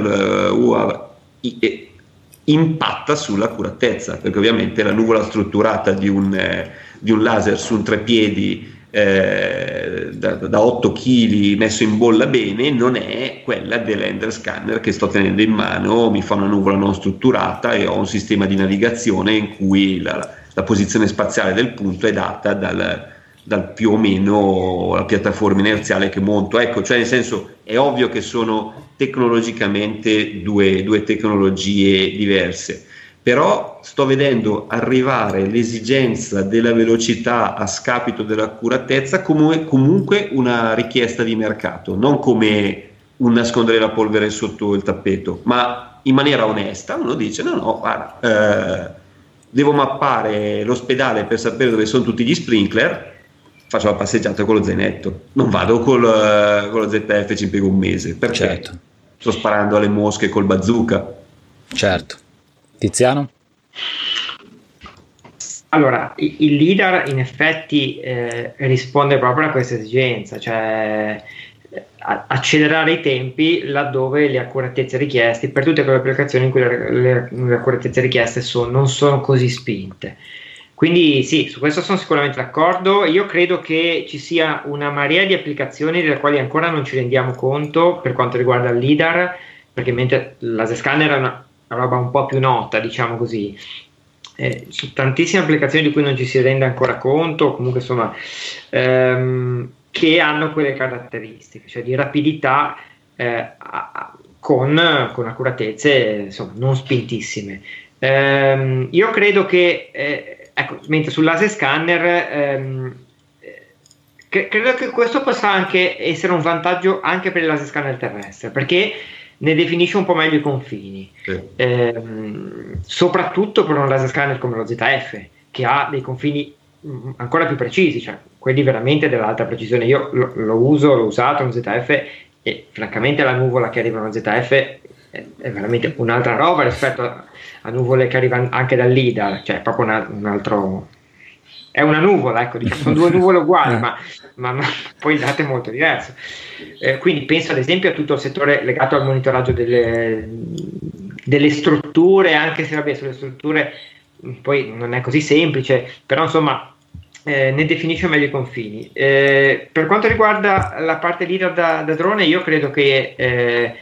impatta sull'accuratezza, perché ovviamente la nuvola strutturata di un laser su un treppiedi da 8 kg messo in bolla bene non è quella dell'Ender Scanner che sto tenendo in mano, mi fa una nuvola non strutturata e ho un sistema di navigazione in cui la posizione spaziale del punto è data dal più o meno la piattaforma inerziale che monto. Ecco, cioè nel senso, è ovvio che sono tecnologicamente due tecnologie diverse, però sto vedendo arrivare l'esigenza della velocità a scapito dell'accuratezza come comunque una richiesta di mercato, non come un nascondere la polvere sotto il tappeto, ma in maniera onesta uno dice no, guarda, devo mappare l'ospedale per sapere dove sono tutti gli sprinkler, faccio la passeggiata con lo zainetto, non vado con lo ZF e ci impiego un mese, perché certo. Sto sparando alle mosche col bazooka. Certo. Tiziano? Allora, il LIDAR in effetti risponde proprio a questa esigenza, cioè accelerare i tempi laddove le accuratezze richieste, per tutte quelle applicazioni in cui le accuratezze richieste non sono così spinte. Quindi sì, su questo sono sicuramente d'accordo. Io credo che ci sia una marea di applicazioni delle quali ancora non ci rendiamo conto per quanto riguarda il LIDAR, perché mentre il laser scanner è una roba un po' più nota, diciamo così, su tantissime applicazioni di cui non ci si rende ancora conto, comunque insomma, che hanno quelle caratteristiche, cioè di rapidità con accuratezze insomma non spintissime. Io credo che ecco, mentre sul laser scanner credo che questo possa anche essere un vantaggio anche per il laser scanner terrestre, perché ne definisce un po' meglio i confini, soprattutto per un laser scanner come lo ZF, che ha dei confini ancora più precisi, cioè quelli veramente dell'alta precisione. Io l'ho usato un ZF e francamente la nuvola che arriva a uno ZF è veramente un'altra roba rispetto a nuvole che arrivano anche dal LIDAR, cioè proprio un altro, è una nuvola, ecco, diciamo, sono due nuvole uguali, ma poi il dato è molto diverso. Quindi penso ad esempio a tutto il settore legato al monitoraggio delle strutture, anche se vabbè, sulle strutture poi non è così semplice, però insomma ne definisce meglio i confini. Per quanto riguarda la parte LIDAR da drone, io credo che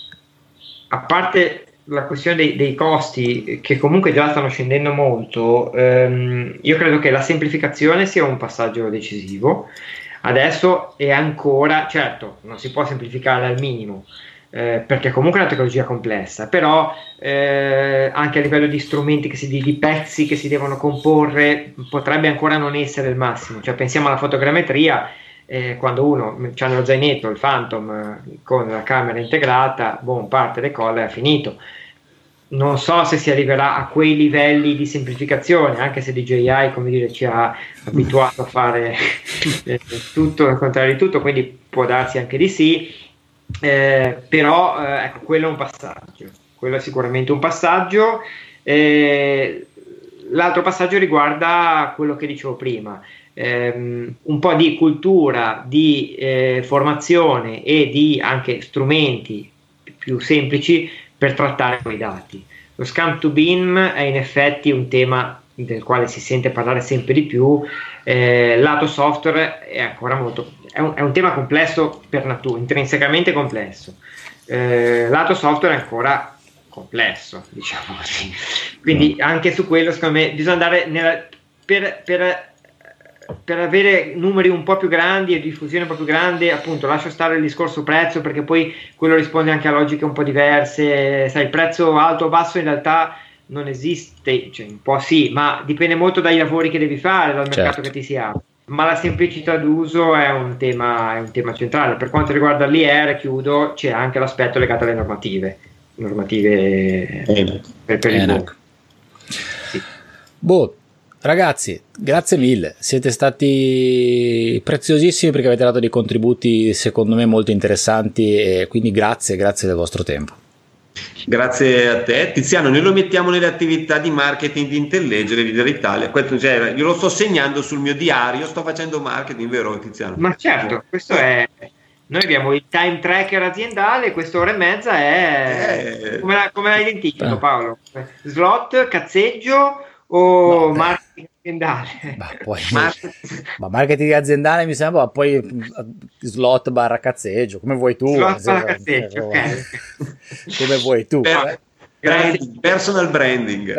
a parte la questione dei costi, che comunque già stanno scendendo molto, io credo che la semplificazione sia un passaggio decisivo. Adesso è ancora, certo, non si può semplificare al minimo, perché comunque è una tecnologia complessa, però anche a livello di strumenti, di pezzi che si devono comporre, potrebbe ancora non essere il massimo. Cioè pensiamo alla fotogrammetria, quando uno ha nello zainetto il Phantom con la camera integrata, parte, decolla e ha finito. Non so se si arriverà a quei livelli di semplificazione, anche se DJI, come dire, ci ha abituato a fare tutto al contrario di tutto, quindi può darsi anche di sì, però ecco, quello è un passaggio, quello è sicuramente un passaggio. L'altro passaggio riguarda quello che dicevo prima, un po' di cultura, di formazione e di anche strumenti più semplici per trattare quei dati. Lo scan to beam è in effetti un tema del quale si sente parlare sempre di più. Lato software è ancora molto, è un tema complesso per natura, intrinsecamente complesso. Lato software è ancora complesso, diciamo così. Quindi anche su quello secondo me bisogna andare per avere numeri un po' più grandi e diffusione un po' più grande. Appunto, lascio stare il discorso prezzo, perché poi quello risponde anche a logiche un po' diverse. Sai, il prezzo alto o basso in realtà non esiste, cioè un po' sì, ma dipende molto dai lavori che devi fare, dal mercato che ti si apre. Ma la semplicità d'uso è un tema centrale. Per quanto riguarda l'IR, chiudo, c'è anche l'aspetto legato alle normative per il volo. Sì. Ragazzi, grazie mille, siete stati preziosissimi perché avete dato dei contributi secondo me molto interessanti, e quindi grazie del vostro tempo. Grazie a te Tiziano, noi lo mettiamo nelle attività di marketing di Intellegere Leader Italia. Questo, cioè, io lo sto segnando sul mio diario, sto facendo marketing, vero Tiziano? Ma certo, questo è, noi abbiamo il time tracker aziendale, quest'ora e mezza è come la identifico, Paolo? Slot, cazzeggio o marketing aziendale? Marketing aziendale mi sembra, poi slot / cazzeggio, come vuoi tu. Slot / cazzeggio, ok. Come vuoi tu. Personal branding.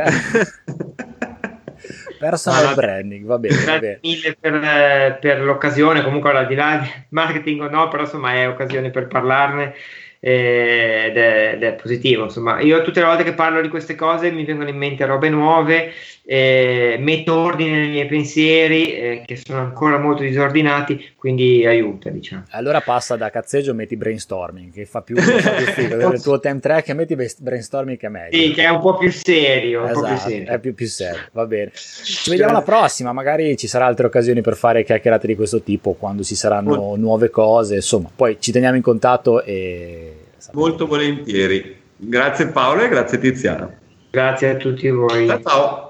Personal branding, va bene. Grazie mille per l'occasione, comunque al di là di marketing o no, però insomma è occasione per parlarne ed è positivo. Insomma, io tutte le volte che parlo di queste cose mi vengono in mente robe nuove, metto ordine nei miei pensieri che sono ancora molto disordinati, quindi aiuta, diciamo. Allora passa da cazzeggio, metti brainstorming, che fa più figo. Il tuo time track, metti brainstorming, che è meglio. Sì, che è un po' più serio. Esatto, un po' più serio. È più serio, va bene. Ci vediamo alla prossima, magari ci saranno altre occasioni per fare chiacchierate di questo tipo quando ci saranno nuove cose, insomma, poi ci teniamo in contatto e... Molto volentieri. Grazie Paolo e grazie Tiziano. Grazie a tutti voi. Ciao.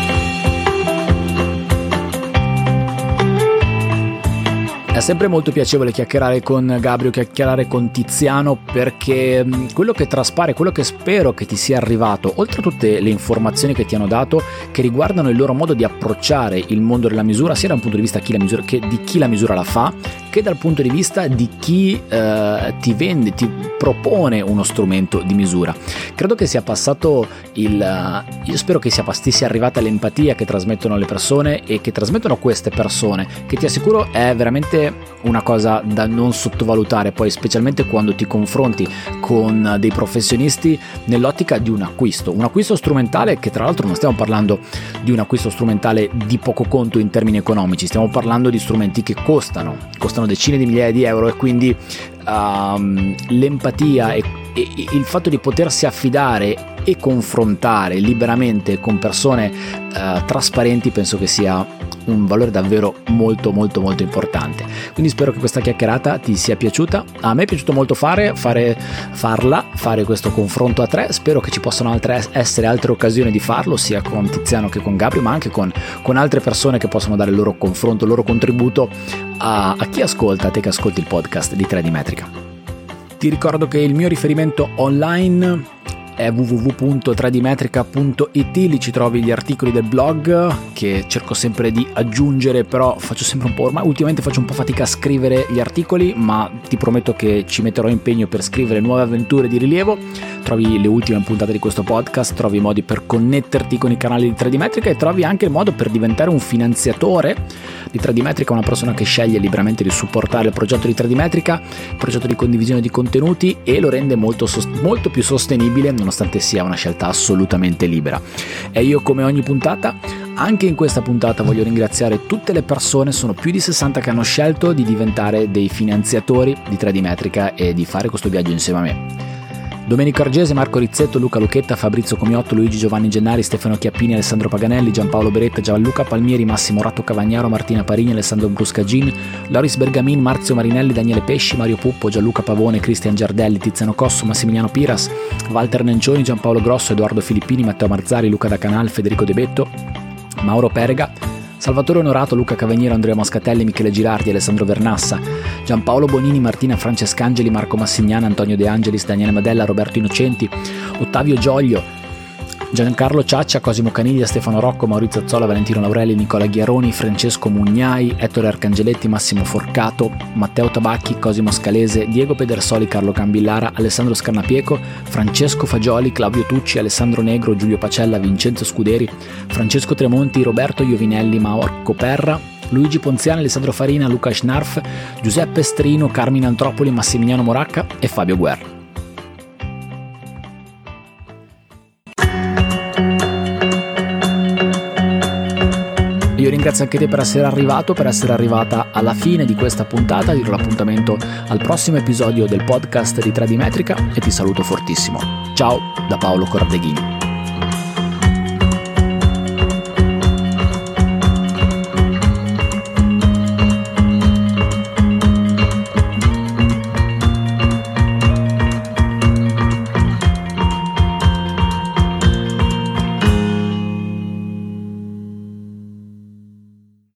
È sempre molto piacevole chiacchierare con Gabrio, chiacchierare con Tiziano, perché quello che traspare, quello che spero che ti sia arrivato, oltre a tutte le informazioni che ti hanno dato, che riguardano il loro modo di approcciare il mondo della misura, sia da un punto di vista di chi la misura la fa, che dal punto di vista di chi ti vende, ti propone uno strumento di misura. Credo che sia passato io spero che ti sia arrivata l'empatia che trasmettono le persone e che trasmettono queste persone, che ti assicuro è veramente una cosa da non sottovalutare, poi specialmente quando ti confronti con dei professionisti nell'ottica di un acquisto strumentale, che tra l'altro non stiamo parlando di un acquisto strumentale di poco conto in termini economici, stiamo parlando di strumenti che costano decine di migliaia di euro, e quindi l'empatia e il fatto di potersi affidare e confrontare liberamente con persone trasparenti penso che sia un valore davvero molto molto molto importante. Quindi spero che questa chiacchierata ti sia piaciuta. A me è piaciuto molto fare questo confronto a tre. Spero che ci possano essere altre occasioni di farlo, sia con Tiziano che con Gabrio, ma anche con altre persone che possono dare il loro confronto, il loro contributo a chi ascolta, a te che ascolti il podcast di 3D Metrica. Ti ricordo che il mio riferimento online è www.3dmetrica.it, lì ci trovi gli articoli del blog che cerco sempre di aggiungere, però ultimamente faccio un po' fatica a scrivere gli articoli, ma ti prometto che ci metterò impegno per scrivere nuove avventure di rilievo. Trovi le ultime puntate di questo podcast, trovi i modi per connetterti con i canali di 3D Metrica e trovi anche il modo per diventare un finanziatore di 3D Metrica, una persona che sceglie liberamente di supportare il progetto di 3D Metrica, il progetto di condivisione di contenuti, e lo rende molto più sostenibile, nonostante sia una scelta assolutamente libera. E io, come ogni puntata, anche in questa puntata voglio ringraziare tutte le persone, sono più di 60 che hanno scelto di diventare dei finanziatori di 3D Metrica e di fare questo viaggio insieme a me. Domenico Argese, Marco Rizzetto, Luca Lucchetta, Fabrizio Comiotto, Luigi Giovanni Gennari, Stefano Chiappini, Alessandro Paganelli, Giampaolo Beretta, Gianluca Palmieri, Massimo Ratto Cavagnaro, Martina Parini, Alessandro Bruscagin, Loris Bergamin, Marzio Marinelli, Daniele Pesci, Mario Puppo, Gianluca Pavone, Cristian Giardelli, Tiziano Cosso, Massimiliano Piras, Walter Nencioni, Giampaolo Grosso, Edoardo Filippini, Matteo Marzari, Luca Da Canal, Federico De Betto, Mauro Perega, Salvatore Onorato, Luca Cavaniero, Andrea Moscatelli, Michele Girardi, Alessandro Vernassa, Giampaolo Bonini, Martina Francescangeli, Marco Massignana, Antonio De Angelis, Daniele Madella, Roberto Innocenti, Ottavio Gioglio, Giancarlo Ciaccia, Cosimo Caniglia, Stefano Rocco, Maurizio Azzola, Valentino Laurelli, Nicola Ghiaroni, Francesco Mugnai, Ettore Arcangeletti, Massimo Forcato, Matteo Tabacchi, Cosimo Scalese, Diego Pedersoli, Carlo Cambillara, Alessandro Scarnapieco, Francesco Fagioli, Claudio Tucci, Alessandro Negro, Giulio Pacella, Vincenzo Scuderi, Francesco Tremonti, Roberto Iovinelli, Marco Perra, Luigi Ponziani, Alessandro Farina, Luca Schnarf, Giuseppe Strino, Carmine Antropoli, Massimiliano Moracca e Fabio Guerra. Io ringrazio anche te per essere arrivata alla fine di questa puntata. Ti do l'appuntamento al prossimo episodio del podcast di 3D Metrica e ti saluto fortissimo. Ciao da Paolo Cordeghini.